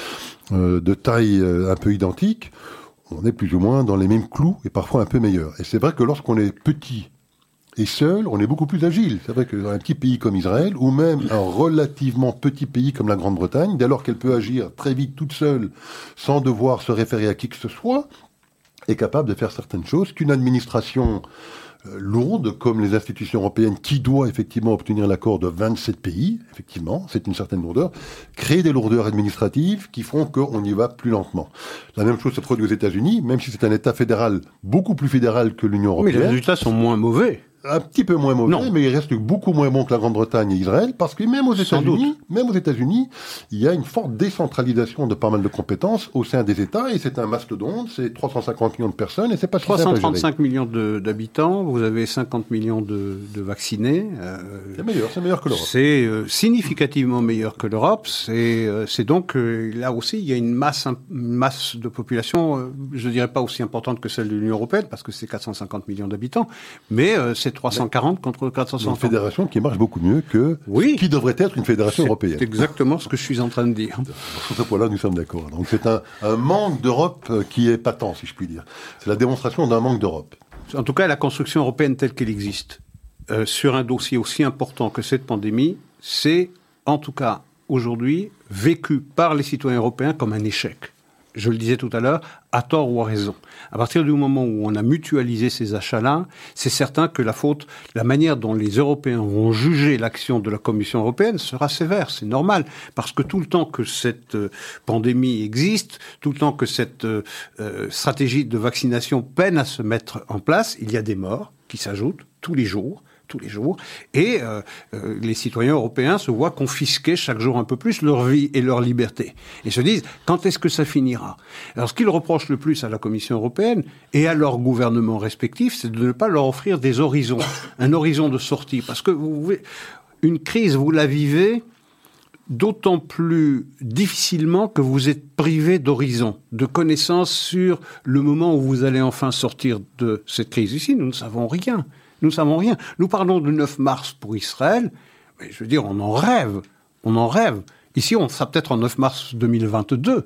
euh, de taille euh, un peu identique, on est plus ou moins dans les mêmes clous et parfois un peu meilleurs. Et c'est vrai que lorsqu'on est petit et seul, on est beaucoup plus agile. C'est vrai que dans un petit pays comme Israël, ou même un relativement petit pays comme la Grande-Bretagne, dès lors qu'elle peut agir très vite toute seule, sans devoir se référer à qui que ce soit, est capable de faire certaines choses qu'une administration euh, lourde, comme les institutions européennes, qui doit effectivement obtenir l'accord de vingt-sept pays, effectivement, c'est une certaine lourdeur, crée des lourdeurs administratives qui font qu'on y va plus lentement. La même chose se produit aux États-Unis, même si c'est un État fédéral beaucoup plus fédéral que l'Union européenne. Mais les résultats sont moins mauvais. Un petit peu moins mauvais, non. Mais il reste beaucoup moins bon que la Grande-Bretagne et Israël, parce que même aux États-Unis, même aux États-Unis, il y a une forte décentralisation de pas mal de compétences au sein des États, et c'est un mastodonte, c'est trois cent cinquante millions de personnes, et c'est pas si trois cent trente-cinq simple à gérer. millions de, d'habitants, vous avez cinquante millions de, de vaccinés. Euh, c'est meilleur, c'est meilleur que l'Europe. C'est euh, significativement meilleur que l'Europe. C'est, euh, c'est donc euh, là aussi il y a une masse, une masse de population, euh, je dirais pas aussi importante que celle de l'Union européenne, parce que c'est quatre cent cinquante millions d'habitants, mais euh, c'est trois cent quarante contre quatre cent cinquante. Une fédération qui marche beaucoup mieux que oui. ce qui devrait être une fédération c'est européenne. C'est exactement ce que je suis en train de dire. Sur ce point-là, nous sommes d'accord. Donc c'est un, un manque d'Europe qui est patent, si je puis dire. C'est la démonstration d'un manque d'Europe. En tout cas, la construction européenne telle qu'elle existe, euh, sur un dossier aussi important que cette pandémie, c'est, en tout cas, aujourd'hui, vécu par les citoyens européens comme un échec. Je le disais tout à l'heure, à tort ou à raison. À partir du moment où on a mutualisé ces achats-là, c'est certain que la faute, la manière dont les Européens vont juger l'action de la Commission européenne sera sévère, c'est normal. Parce que tout le temps que cette euh, pandémie existe, tout le temps que cette euh, euh, stratégie de vaccination peine à se mettre en place, il y a des morts qui s'ajoutent tous les jours. tous les jours, et euh, euh, les citoyens européens se voient confisquer chaque jour un peu plus leur vie et leur liberté. Et se disent, quand est-ce que ça finira ? Alors ce qu'ils reprochent le plus à la Commission européenne et à leurs gouvernements respectifs, c'est de ne pas leur offrir des horizons, un horizon de sortie. Parce que vous, une crise, vous la vivez d'autant plus difficilement que vous êtes privé d'horizon, de connaissances sur le moment où vous allez enfin sortir de cette crise. Ici, nous ne savons rien. Nous ne savons rien. Nous parlons du neuf mars pour Israël, mais je veux dire, on en rêve. On en rêve. Ici, on sera peut-être en neuf mars deux mille vingt-deux.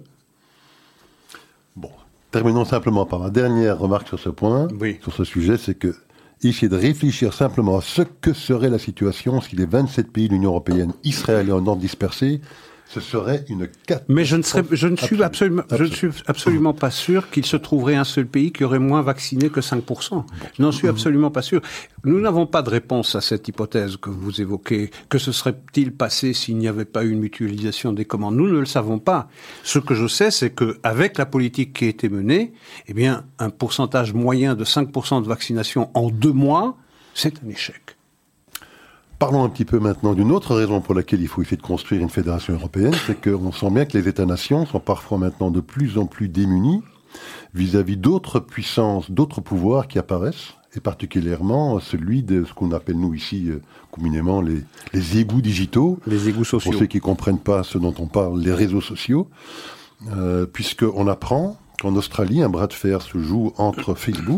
Bon, terminons simplement par ma dernière remarque sur ce point, oui. sur ce sujet, c'est que essayer de réfléchir simplement à ce que serait la situation si les vingt-sept pays de l'Union européenne, Israël et en ordre dispersé, ce serait une catastrophe. Mais je ne, serais, je ne suis absolument, absolument. je ne suis absolument pas sûr qu'il se trouverait un seul pays qui aurait moins vacciné que cinq pour cent. Je n'en suis absolument pas sûr. Nous n'avons pas de réponse à cette hypothèse que vous évoquez. Que se serait-il passé s'il n'y avait pas eu une mutualisation des commandes ? Nous ne le savons pas. Ce que je sais, c'est qu'avec la politique qui a été menée, eh bien, un pourcentage moyen de cinq pour cent de vaccination en deux mois, c'est un échec. Parlons un petit peu maintenant d'une autre raison pour laquelle il faut essayer de construire une fédération européenne, c'est qu'on sent bien que les États-nations sont parfois maintenant de plus en plus démunis vis-à-vis d'autres puissances, d'autres pouvoirs qui apparaissent, et particulièrement celui de ce qu'on appelle nous ici euh, communément les, les égouts digitaux. Les égouts sociaux. Pour ceux qui ne comprennent pas ce dont on parle, les réseaux sociaux, euh, puisqu'on apprend qu'en Australie, un bras de fer se joue entre Facebook,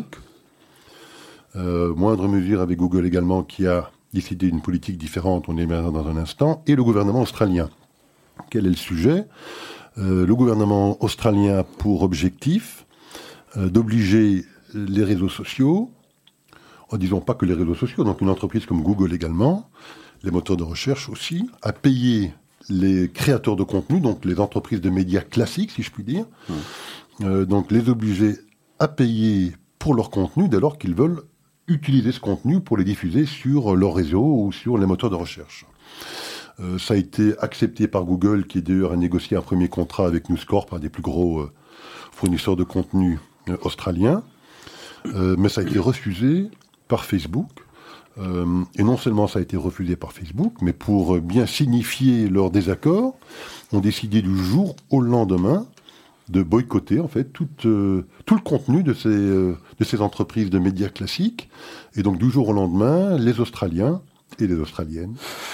euh, moindre mesure avec Google également, qui a décider d'une politique différente, on y reviendra dans un instant, et le gouvernement australien. Quel est le sujet ? euh, Le gouvernement australien a pour objectif euh, d'obliger les réseaux sociaux, en disant pas que les réseaux sociaux, donc une entreprise comme Google également, les moteurs de recherche aussi, à payer les créateurs de contenu, donc les entreprises de médias classiques, si je puis dire, mmh. euh, donc les obliger à payer pour leur contenu dès lors qu'ils veulent utiliser ce contenu pour les diffuser sur leur réseau ou sur les moteurs de recherche. Euh, ça a été accepté par Google, qui d'ailleurs a négocié un premier contrat avec News Corp, un des plus gros euh, fournisseurs de contenu euh, australiens, euh, mais ça a été refusé par Facebook. Euh, et non seulement ça a été refusé par Facebook, mais pour bien signifier leur désaccord, ont décidé du jour au lendemain de boycotter en fait tout, euh, tout le contenu de ces, euh, de ces entreprises de médias classiques. Et donc du jour au lendemain, les Australiens et les Australiennes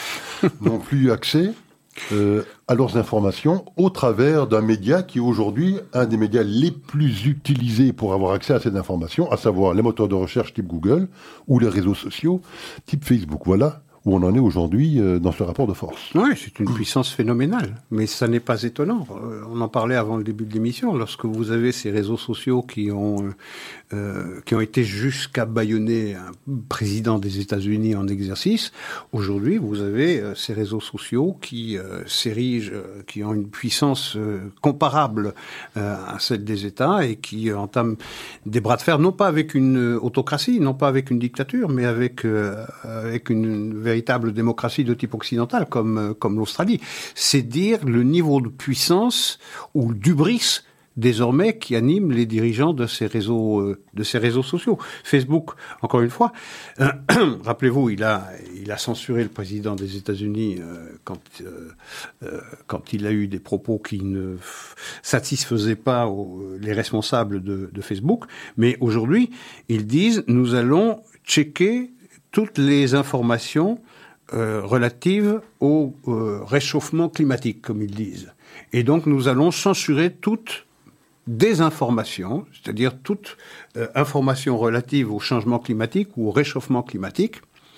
n'ont plus accès euh, à leurs informations au travers d'un média qui est aujourd'hui un des médias les plus utilisés pour avoir accès à ces informations, à savoir les moteurs de recherche type Google ou les réseaux sociaux type Facebook. Voilà où on en est aujourd'hui euh, dans ce rapport de force. Oui, c'est une puissance phénoménale, mais ça n'est pas étonnant. Euh, on en parlait avant le début de l'émission. Lorsque vous avez ces réseaux sociaux qui ont euh, qui ont été jusqu'à bâillonner un président des États-Unis en exercice, aujourd'hui, vous avez euh, ces réseaux sociaux qui euh, s'érigent, euh, qui ont une puissance euh, comparable euh, à celle des États et qui euh, entament des bras de fer, non pas avec une autocratie, non pas avec une dictature, mais avec euh, avec une véritable démocratie de type occidental, comme, comme l'Australie. C'est dire le niveau de puissance ou d'hubris désormais qui anime les dirigeants de ces réseaux, euh, de ces réseaux sociaux. Facebook, encore une fois, euh, rappelez-vous, il a, il a censuré le président des États-Unis euh, quand, euh, euh, quand il a eu des propos qui ne satisfaisaient pas aux, les responsables de, de Facebook. Mais aujourd'hui, ils disent, nous allons checker toutes les informations euh, relatives au euh, réchauffement climatique, comme ils disent. Et donc, nous allons censurer toute désinformation, c'est-à-dire toute euh, information relative au changement climatique ou au réchauffement climatique,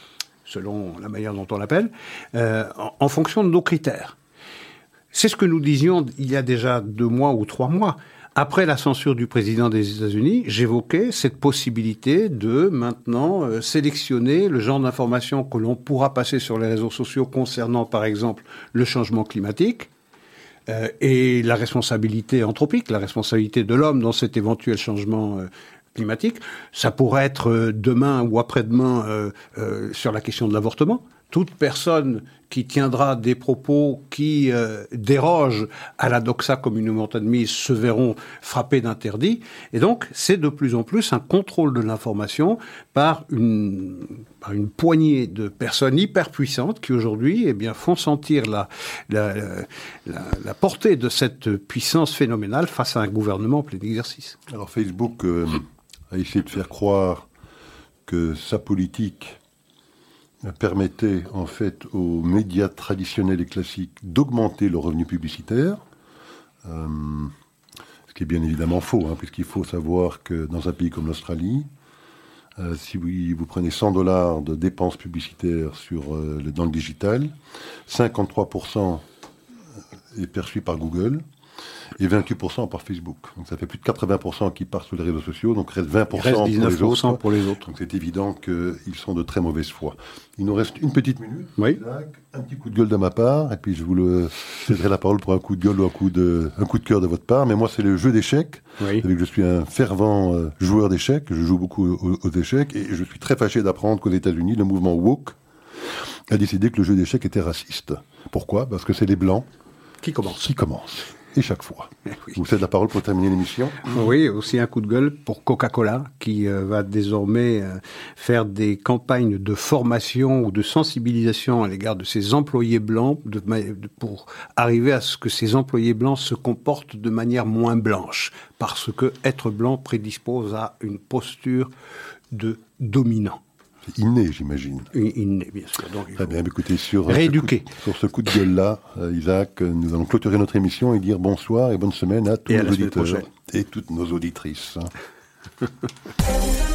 selon la manière dont on l'appelle, euh, en, en fonction de nos critères. C'est ce que nous disions il y a déjà deux mois ou trois mois. Après la censure du président des États-Unis, j'évoquais cette possibilité de maintenant euh, sélectionner le genre d'informations que l'on pourra passer sur les réseaux sociaux concernant, par exemple, le changement climatique euh, et la responsabilité anthropique, la responsabilité de l'homme dans cet éventuel changement euh, climatique. Ça pourrait être euh, demain ou après-demain euh, euh, sur la question de l'avortement. Toute personne qui tiendra des propos qui euh, dérogent à la doxa communément admise se verront frappés d'interdit. Et donc, c'est de plus en plus un contrôle de l'information par une, par une poignée de personnes hyper puissantes qui aujourd'hui eh bien, font sentir la, la, la, la portée de cette puissance phénoménale face à un gouvernement en plein exercice. Alors Facebook euh, a essayé de faire croire que sa politique permettait en fait aux médias traditionnels et classiques d'augmenter leurs revenus publicitaires, euh, ce qui est bien évidemment faux, hein, puisqu'il faut savoir que dans un pays comme l'Australie, euh, si vous, vous prenez cent dollars de dépenses publicitaires sur, euh, le, dans le digital, cinquante-trois pour cent est perçu par Google, et vingt-huit pour cent par Facebook. Donc ça fait plus de quatre-vingts pour cent qui partent sur les réseaux sociaux, donc il reste vingt pour cent, il reste dix-neuf pour cent pour les autres. Donc c'est évident qu'ils sont de très mauvaise foi. Il nous reste une petite minute. Oui. Un petit coup de gueule de ma part, et puis je vous le céderai la parole pour un coup de gueule ou un coup de, un coup de cœur de votre part. Mais moi, c'est le jeu d'échecs. Oui. Vous savez que je suis un fervent euh, joueur d'échecs. Je joue beaucoup aux, aux échecs, et je suis très fâché d'apprendre qu'aux États-Unis, le mouvement woke a décidé que le jeu d'échecs était raciste. Pourquoi ? Parce que c'est les Blancs qui commencent. Qui commencent. Et chaque fois. Oui. Je vous cède la parole pour terminer l'émission. Oui, aussi un coup de gueule pour Coca-Cola, qui euh, va désormais euh, faire des campagnes de formation ou de sensibilisation à l'égard de ses employés blancs, de, de, pour arriver à ce que ces employés blancs se comportent de manière moins blanche, parce que être blanc prédispose à une posture de dominant. C'est inné, j'imagine. Inné, bien sûr. Donc, il Très bien, écoutez, sur, rééduquer. Ce coup, sur ce coup de gueule-là, euh, Isaac, nous allons clôturer notre émission et dire bonsoir et bonne semaine à tous et nos à auditeurs et toutes nos auditrices.